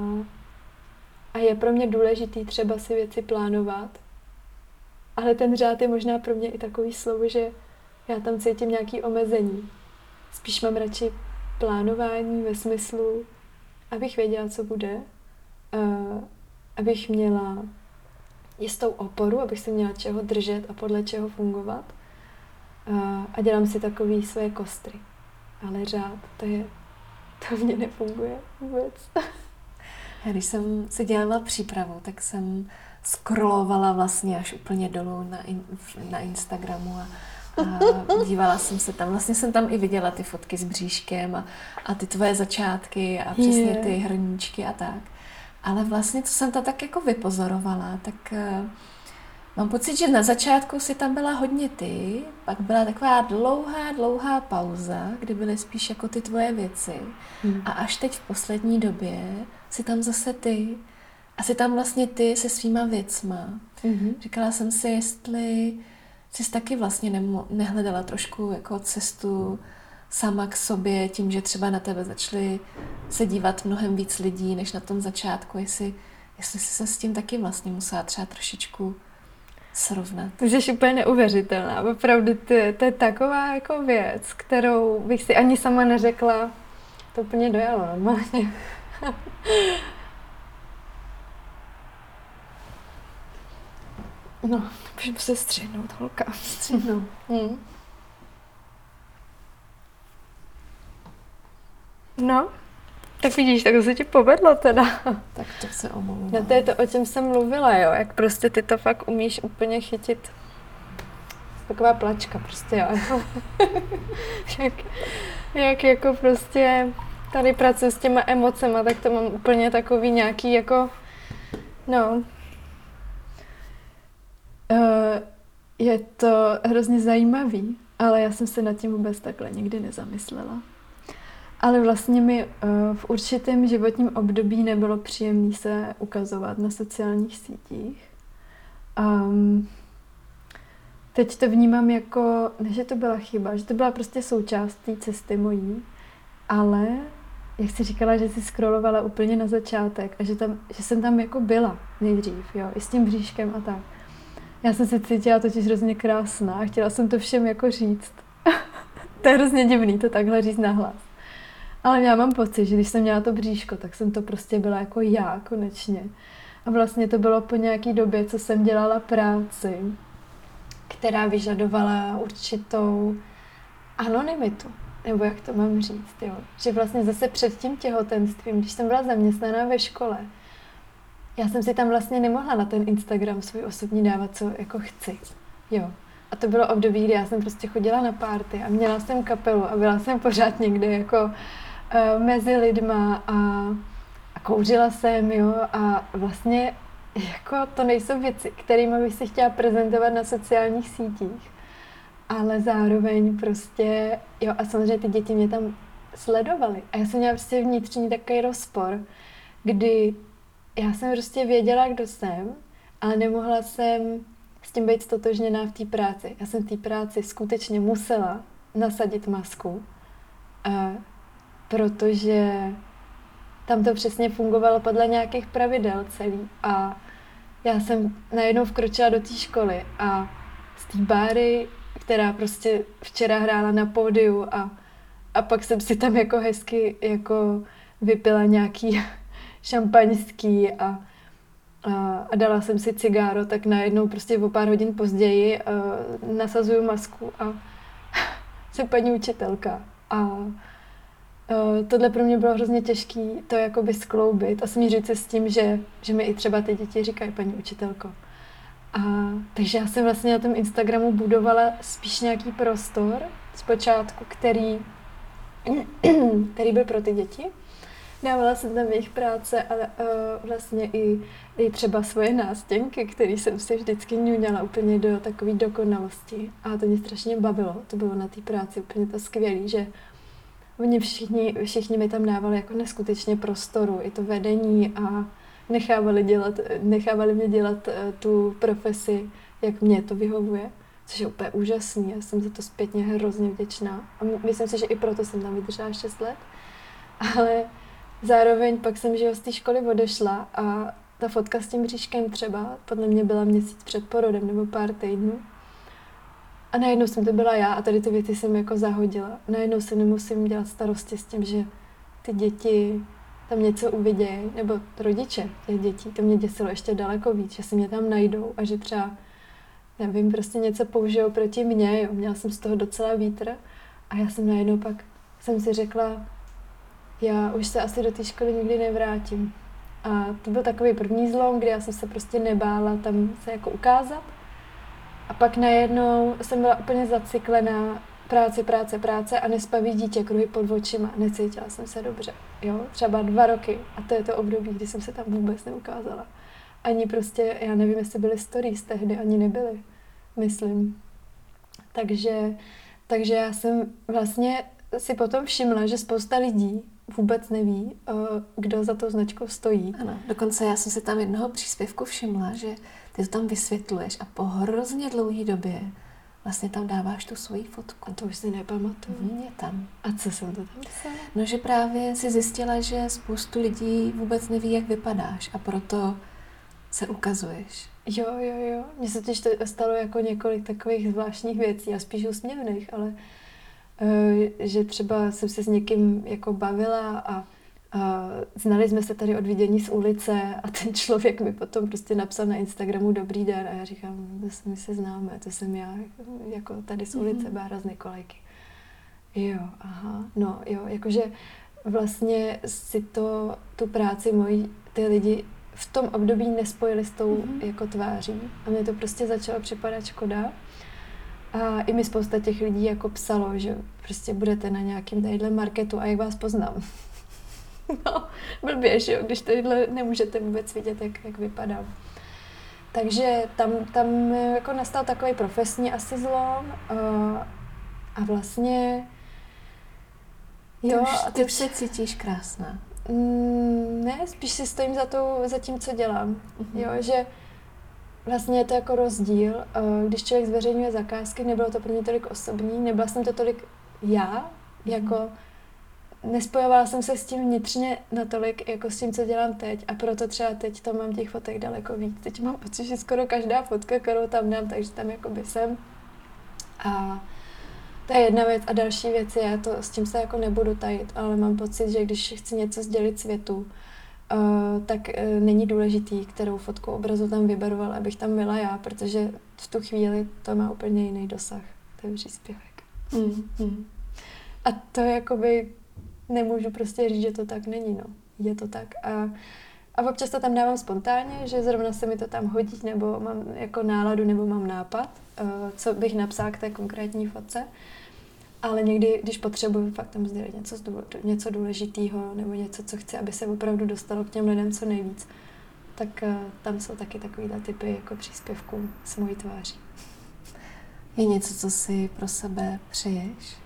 A je pro mě důležitý třeba si věci plánovat, ale ten řád je možná pro mě i takový slovo, že já tam cítím nějaké omezení. Spíš mám radši plánování ve smyslu, abych věděla, co bude, uh, abych měla jistou oporu, abych se měla čeho držet a podle čeho fungovat. Uh, a dělám si takový své kostry. Ale řád, to je, to mně nefunguje vůbec. Já když jsem si dělala přípravu, tak jsem scrollovala vlastně až úplně dolů na, in, na Instagramu a, a dívala jsem se tam. Vlastně jsem tam i viděla ty fotky s bříškem a, a ty tvoje začátky a přesně yeah. ty hrníčky a tak. Ale vlastně, co jsem to tak jako vypozorovala, tak uh, mám pocit, že na začátku si tam byla hodně ty, pak byla taková dlouhá, dlouhá pauza, kdy byly spíš jako ty tvoje věci. Hmm. A až teď v poslední době si tam zase ty a si tam vlastně ty se svýma věcma. Hmm. Říkala jsem si, jestli jsi taky vlastně nemo- nehledala trošku jako cestu sama k sobě, tím, že třeba na tebe začali se dívat mnohem víc lidí, než na tom začátku, jestli, jestli jsi se s tím taky vlastně musela třeba trošičku srovnat. To jsi úplně neuvěřitelná. Opravdu to, to je taková jako věc, kterou bych si ani sama neřekla. To úplně dojalo normálně. No, můžeme se střihnout, holka. Střihnout. Hmm. No, tak vidíš, tak to se ti povedlo teda. Tak to se omlouvám. No to je to, o čem jsem mluvila, jo, jak prostě ty to fakt umíš úplně chytit. Taková plačka prostě, jo. jak, jak jako prostě tady pracuji s těma emocema, tak to mám úplně takový nějaký jako, no. Uh, je to hrozně zajímavý, ale já jsem se nad tím vůbec takhle nikdy nezamyslela. Ale vlastně mi uh, v určitém životním období nebylo příjemné se ukazovat na sociálních sítích. Um, teď to vnímám jako, ne, že to byla chyba, že to byla prostě součást té cesty mojí, ale jak jsi říkala, že jsi scrollovala úplně na začátek a že, tam, že jsem tam jako byla nejdřív, jo, i s tím bříškem a tak. Já jsem se cítila totiž hrozně krásná a chtěla jsem to všem jako říct. To je hrozně divný to takhle říct nahlas. Ale já mám pocit, že když jsem měla to bříško, tak jsem to prostě byla jako já konečně. A vlastně to bylo po nějaký době, co jsem dělala práci, která vyžadovala určitou anonymitu. Nebo jak to mám říct, jo. Že vlastně zase před tím těhotenstvím, když jsem byla zaměstnaná ve škole, já jsem si tam vlastně nemohla na ten Instagram svůj osobní dávat, co jako chci. Jo. A to bylo období, kdy já jsem prostě chodila na párty a měla jsem kapelu a byla jsem pořád někde jako uh, mezi lidma a, a kouřila jsem, jo, a vlastně jako to nejsou věci, kterými bych si chtěla prezentovat na sociálních sítích. Ale zároveň prostě, jo, a samozřejmě ty děti mě tam sledovaly. A já jsem měla prostě vnitřní takový rozpor, kdy já jsem prostě věděla, kdo jsem, ale nemohla jsem s tím být stotožněná v té práci. Já jsem v té práci skutečně musela nasadit masku, a protože tam to přesně fungovalo podle nějakých pravidel celý. A já jsem najednou vkročila do té školy a z té báry, která prostě včera hrála na pódiu a, a pak jsem si tam jako hezky jako vypila nějaký šampaňský a, a, a dala jsem si cigáro, tak najednou prostě o pár hodin později uh, nasazuju masku a jsem paní učitelka. A uh, tohle pro mě bylo hrozně těžký to jakoby skloubit a smířit se s tím, že, že mi i třeba ty děti říkají paní učitelko. A, takže já jsem vlastně na tom Instagramu budovala spíš nějaký prostor zpočátku, který, který byl pro ty děti. Dávala jsem tam jejich práce, ale uh, vlastně i, i třeba svoje nástěnky, které jsem si vždycky ňuňala úplně do takové dokonalosti. A to mě strašně bavilo. To bylo na té práci úplně to skvělé, že oni všichni, všichni mi tam dávali jako neskutečně prostoru, i to vedení a nechávali, dělat, nechávali mě dělat uh, tu profesi, jak mě to vyhovuje, což je úplně úžasný. Já jsem za to zpětně hrozně vděčná. A myslím si, že i proto jsem tam vydržela šest let. Ale zároveň pak jsem, že z té školy odešla a ta fotka s tím bříškem třeba podle mě byla měsíc před porodem nebo pár týdnů. A najednou jsem to byla já a tady ty věci jsem jako zahodila. Najednou si nemusím dělat starosti s tím, že ty děti tam něco uvidějí, nebo rodiče těch dětí. To mě děsilo ještě daleko víc, že si mě tam najdou a že třeba, nevím, prostě něco použijou proti mně, jo. Měla jsem z toho docela vítr a já jsem najednou pak jsem si řekla, já už se asi do té školy nikdy nevrátím. A to byl takový první zlom, kdy já jsem se prostě nebála tam se jako ukázat. A pak najednou jsem byla úplně zacyklená práce, práce, práce a nespavý dítě, kruhy pod očima. Necítila jsem se dobře. Jo? Třeba dva roky. A to je to období, kdy jsem se tam vůbec neukázala. Ani prostě, já nevím, jestli byly stories tehdy, ani nebyly, myslím. Takže, takže já jsem vlastně si potom všimla, že spousta lidí vůbec neví, kdo za tou značkou stojí. Ano, dokonce já jsem si tam jednoho příspěvku všimla, že ty to tam vysvětluješ a po hrozně dlouhé době vlastně tam dáváš tu svoji fotku. A to už si nepamatuju. Mm, je tam. A co jsem to tam psala? No, že právě si zjistila, že spoustu lidí vůbec neví, jak vypadáš a proto se ukazuješ. Jo, jo, jo. Mně se totiž to stalo jako několik takových zvláštních věcí a spíš úsměvných, ale že třeba jsem se s někým jako bavila a, a znali jsme se tady od vidění z ulice a ten člověk mi potom prostě napsal na Instagramu dobrý den a já říkám, to my se známe, to jsem já jako tady z ulice, Bára z Nikolajky. Jo, aha, no jo, jakože vlastně si to, tu práci mojí, ty lidi v tom období nespojili s tou mm-hmm. jako tváří a mě to prostě začalo připadat škoda. A i mi spousta těch lidí jako psalo, že prostě budete na nějakém tadyhle marketu a jak vás poznám. No, blbě, že jo, když tadyhle nemůžete vůbec vidět, jak, jak vypadám. Takže tam, tam jako nastal takový profesní asi zlom a, a vlastně... Jo, ty už, ty teď, už se cítíš krásná. Mm, ne, spíš si stojím za, tou, za tím, co dělám. Mm-hmm. Jo, že vlastně je to jako rozdíl, když člověk zveřejňuje zakázky, nebylo to pro mě tolik osobní, nebyla jsem to tolik já, jako nespojovala jsem se s tím vnitřně natolik, jako s tím, co dělám teď a proto třeba teď to mám těch fotek daleko víc. Teď mám pocit, že skoro každá fotka, kterou tam dám, takže tam jakoby jsem. A to je jedna věc a další věc je, to, s tím se jako nebudu tajit, ale mám pocit, že když chci něco sdělit světu, Uh, tak uh, není důležitý, kterou fotku obrazu tam vyberoval, abych tam byla já, protože v tu chvíli to má úplně jiný dosah, ten příspěvek. Mm, mm. A to jakoby nemůžu prostě říct, že to tak není, no. Je to tak. A, a občas to tam dávám spontánně, že zrovna se mi to tam hodí, nebo mám jako náladu, nebo mám nápad, uh, co bych napsala k té konkrétní fotce. Ale někdy, když potřebuji fakt tam sdělit něco, něco důležitého nebo něco, co chci, aby se opravdu dostalo k těm lidem co nejvíc, tak uh, tam jsou taky takovýhle typy jako příspěvků s mojí tváří. Je něco, co si pro sebe přeješ?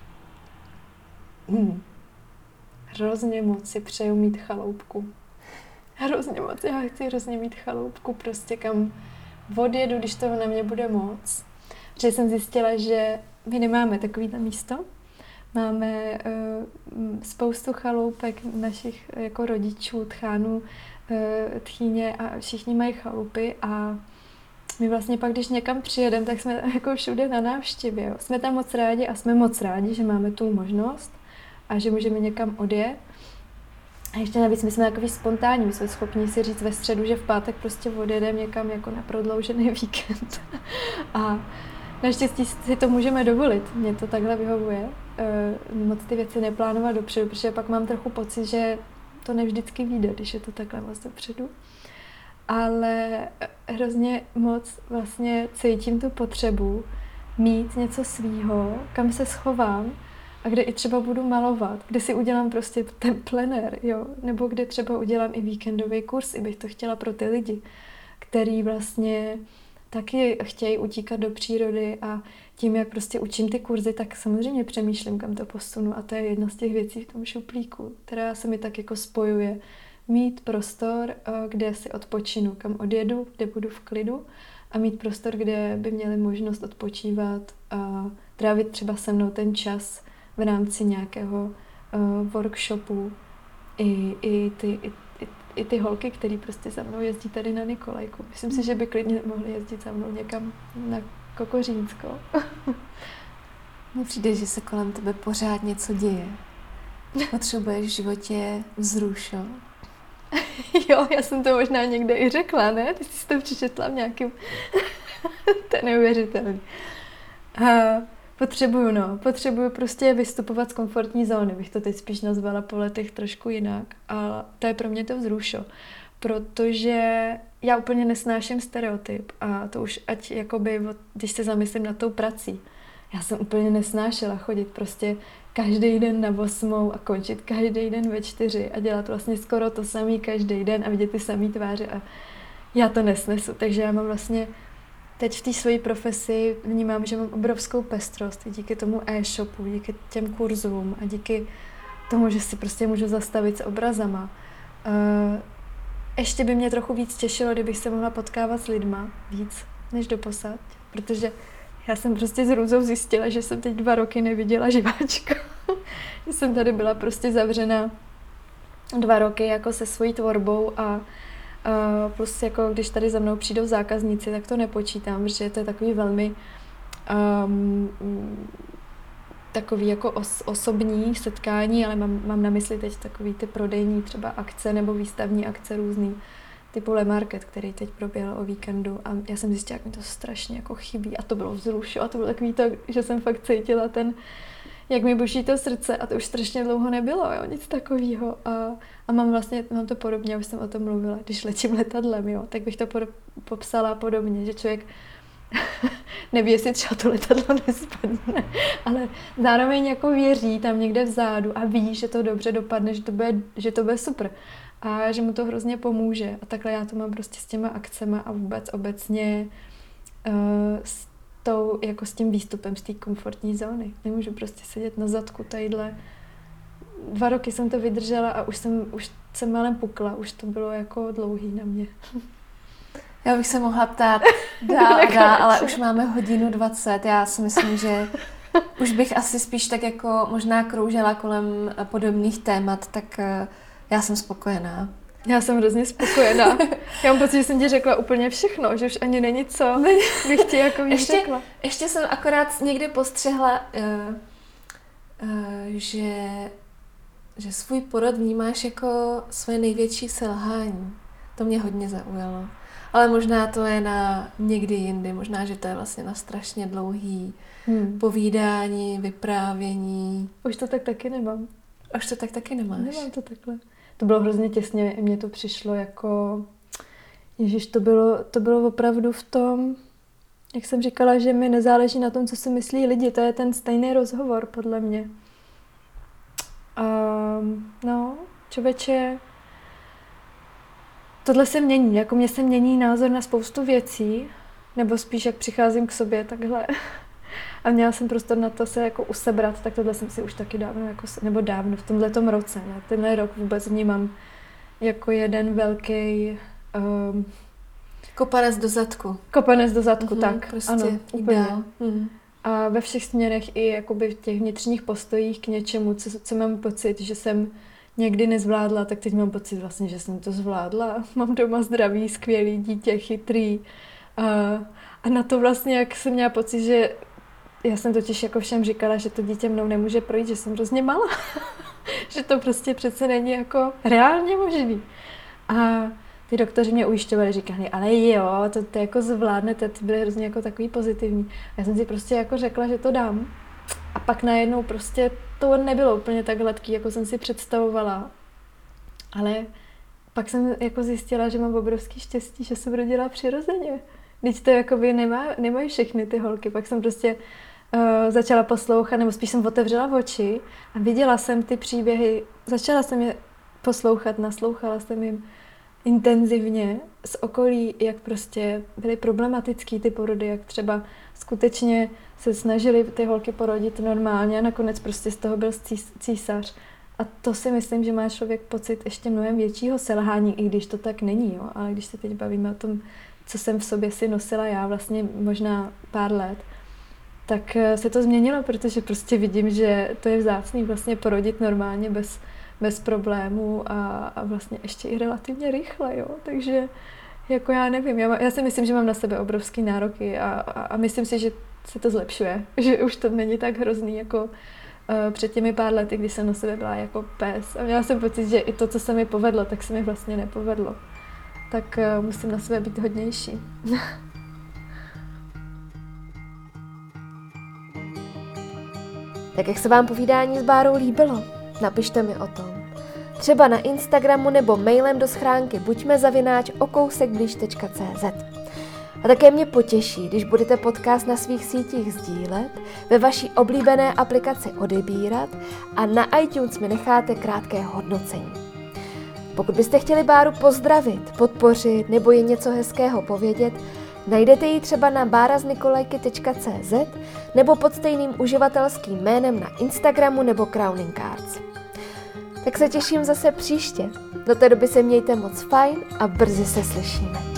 Hmm. Hrozně moc si přeju mít chaloupku. Hrozně moc. Já chci hrozně mít chaloupku, prostě kam odjedu, když toho na mě bude moc. Protože jsem zjistila, že my nemáme takovýhle místo. Máme uh, spoustu chaloupek našich jako rodičů, tchánů, uh, tchýně a všichni mají chalupy a my vlastně pak, když někam přijedeme, tak jsme jako všude na návštěvě. Jo. Jsme tam moc rádi a jsme moc rádi, že máme tu možnost a že můžeme někam odjet. A ještě navíc my jsme takový spontánní, my jsme schopni si říct ve středu, že v pátek prostě odjedeme někam jako na prodloužený víkend. A naštěstí si to můžeme dovolit, mě to takhle vyhovuje. E, moc ty věci neplánovat dopředu, protože pak mám trochu pocit, že to nevždycky vyjde, když je to takhle moc dopředu. Ale hrozně moc vlastně cítím tu potřebu mít něco svýho, kam se schovám a kde i třeba budu malovat, kde si udělám prostě ten plenér, jo, nebo kde třeba udělám i víkendový kurz, i bych to chtěla pro ty lidi, který vlastně taky chtějí utíkat do přírody a tím, jak prostě učím ty kurzy, tak samozřejmě přemýšlím, kam to posunu a to je jedna z těch věcí v tom šuplíku, která se mi tak jako spojuje. Mít prostor, kde si odpočinu, kam odjedu, kde budu v klidu a mít prostor, kde by měli možnost odpočívat a trávit třeba se mnou ten čas v rámci nějakého uh, workshopu. I, i, ty, i, i, i ty holky, které prostě za mnou jezdí tady na Nikolajku. Myslím si, že by klidně mohly jezdit za mnou někam na Kokořínsko. Mně přijde, že se kolem tebe pořád něco děje. Potřebuješ v životě vzrušo. Jo, já jsem to možná někde i řekla, ne? Ty jsi to přečetla v nějakým... To je neuvěřitelný. A potřebuju, no. Potřebuju prostě vystupovat z komfortní zóny. Bych to teď spíš nazvala po letech trošku jinak. A to je pro mě to vzrušo. Protože já úplně nesnáším stereotyp. A to už ať jakoby, když se zamyslím nad tou prací. Já jsem úplně nesnášela chodit prostě každý den na osmou a končit každý den ve čtyři a dělat vlastně skoro to samý každý den a vidět ty samý tváře a já to nesnesu. Takže já mám vlastně teď v té své profesi vnímám, že mám obrovskou pestrost díky tomu e-shopu, díky těm kurzům a díky tomu, že si prostě můžu zastavit s obrazama. Ještě by mě trochu víc těšilo, kdybych se mohla potkávat s lidma víc než doposud, protože já jsem prostě s hrůzou zjistila, že jsem teď dva roky neviděla živáčka. Že jsem tady byla prostě zavřena dva roky jako se svojí tvorbou a, a plus jako když tady za mnou přijdou zákazníci, tak to nepočítám, protože to je takový velmi um, takový jako os, osobní setkání, ale mám, mám na mysli teď takový ty prodejní třeba akce nebo výstavní akce různý. Typu Le Market, který teď proběhl o víkendu a já jsem zjistila, jak mi to strašně jako chybí a to bylo vzrušo a to bylo takový to, že jsem fakt cítila ten, jak mi buší to srdce a to už strašně dlouho nebylo, jo, nic takového a, a mám vlastně, mám to podobně, už jsem o tom mluvila, když letím letadlem, jo, tak bych to pod, popsala podobně, že člověk neví, jestli třeba to letadlo nespadne, ale zároveň jako věří tam někde vzadu a ví, že to dobře dopadne, že to bude, že to bude super. A že mu to hrozně pomůže. A takhle já to mám prostě s těma akcema a vůbec obecně uh, s, tou, jako s tím výstupem z té komfortní zóny. Nemůžu prostě sedět na zadku tadyhle. Dva roky jsem to vydržela a už jsem, už jsem malem pukla. Už to bylo jako dlouhý na mě. Já bych se mohla ptát dál a dál, ale už máme hodinu dvacet. Já si myslím, že už bych asi spíš tak jako možná kroužela kolem podobných témat, tak já jsem spokojená. Já jsem hrozně spokojená. Já mám pocit, že jsem ti řekla úplně všechno, že už ani není co bych ti jako víc ještě, řekla. Ještě jsem akorát někdy postřehla, uh, uh, že, že svůj porod vnímáš jako svoje největší selhání. To mě hodně zaujalo. Ale možná to je na někdy jindy, možná, že to je vlastně na strašně dlouhý hmm. povídání, vyprávění. Už to tak taky nemám. Už to tak taky nemáš? Nemám to takhle. To bylo hrozně těsně, mně to přišlo jako, ježiš, to bylo, to bylo opravdu v tom, jak jsem říkala, že mi nezáleží na tom, co si myslí lidi, to je ten stejný rozhovor, podle mě. Um, no, člověče, tohle se mění, jako mě se mění názor na spoustu věcí, nebo spíš, jak přicházím k sobě takhle. A měla jsem prostor na to se jako usebrat, tak tohle jsem si už taky dávno, jako, nebo dávno, v tomhletom roce. Já tenhle rok vůbec vnímám jako jeden velký um, kopanec do zadku. Kopanec do zadku, uhum, tak. Prostě ano, úplně. Uhum. A ve všech směrech i jakoby v těch vnitřních postojích k něčemu, co, co mám pocit, že jsem někdy nezvládla, tak teď mám pocit vlastně, že jsem to zvládla. Mám doma zdravý, skvělý dítě, chytrý. A, a na to vlastně, jak jsem měla pocit, že já jsem totiž jako všem říkala, že to dítě mnou nemůže projít, že jsem hrozně malá. Že to prostě přece není jako reálně možný. A ty doktoři mě ujišťovali, říkali, ale jo, to, to jako zvládnete, ty byly hrozně jako takový pozitivní. A já jsem si prostě jako řekla, že to dám. A pak najednou prostě to nebylo úplně tak hladký, jako jsem si představovala. Ale pak jsem jako zjistila, že mám obrovský štěstí, že jsem rodila přirozeně. Teď to jakoby nemá, nemají všechny ty holky. Pak jsem prostě uh, začala poslouchat, nebo spíš jsem otevřela oči a viděla jsem ty příběhy, začala jsem je poslouchat, naslouchala jsem jim intenzivně z okolí, jak prostě byly problematický ty porody, jak třeba skutečně se snažili ty holky porodit normálně a nakonec prostě z toho byl císař. A to si myslím, že má člověk pocit ještě mnohem většího selhání, i když to tak není, jo? Ale když se teď bavíme o tom, co jsem v sobě si nosila já vlastně možná pár let, tak se to změnilo, protože prostě vidím, že to je vzácný vlastně porodit normálně bez, bez problémů a, a vlastně ještě i relativně rychle, jo. Takže jako já nevím, já, já si myslím, že mám na sebe obrovský nároky a, a, a myslím si, že se to zlepšuje, že už to není tak hrozný jako uh, před těmi pár lety, kdy jsem na sebe byla jako pes a měla jsem pocit, že i to, co se mi povedlo, tak se mi vlastně nepovedlo. Tak uh, musím na sebe být hodnější. Tak jak se vám povídání s Bárou líbilo? Napište mi o tom. Třeba na Instagramu nebo mailem do schránky buďme zavináč o kousek blíž tečka cé zet. A také mě potěší, když budete podcast na svých sítích sdílet, ve vaší oblíbené aplikaci odebírat a na iTunes mi necháte krátké hodnocení. Pokud byste chtěli Báru pozdravit, podpořit nebo jen něco hezkého povědět, najdete ji třeba na báraznikolajky tečka cé zet nebo pod stejným uživatelským jménem na Instagramu nebo Crowning Cards. Tak se těším zase příště. Do té doby se mějte moc fajn a brzy se slyšíme.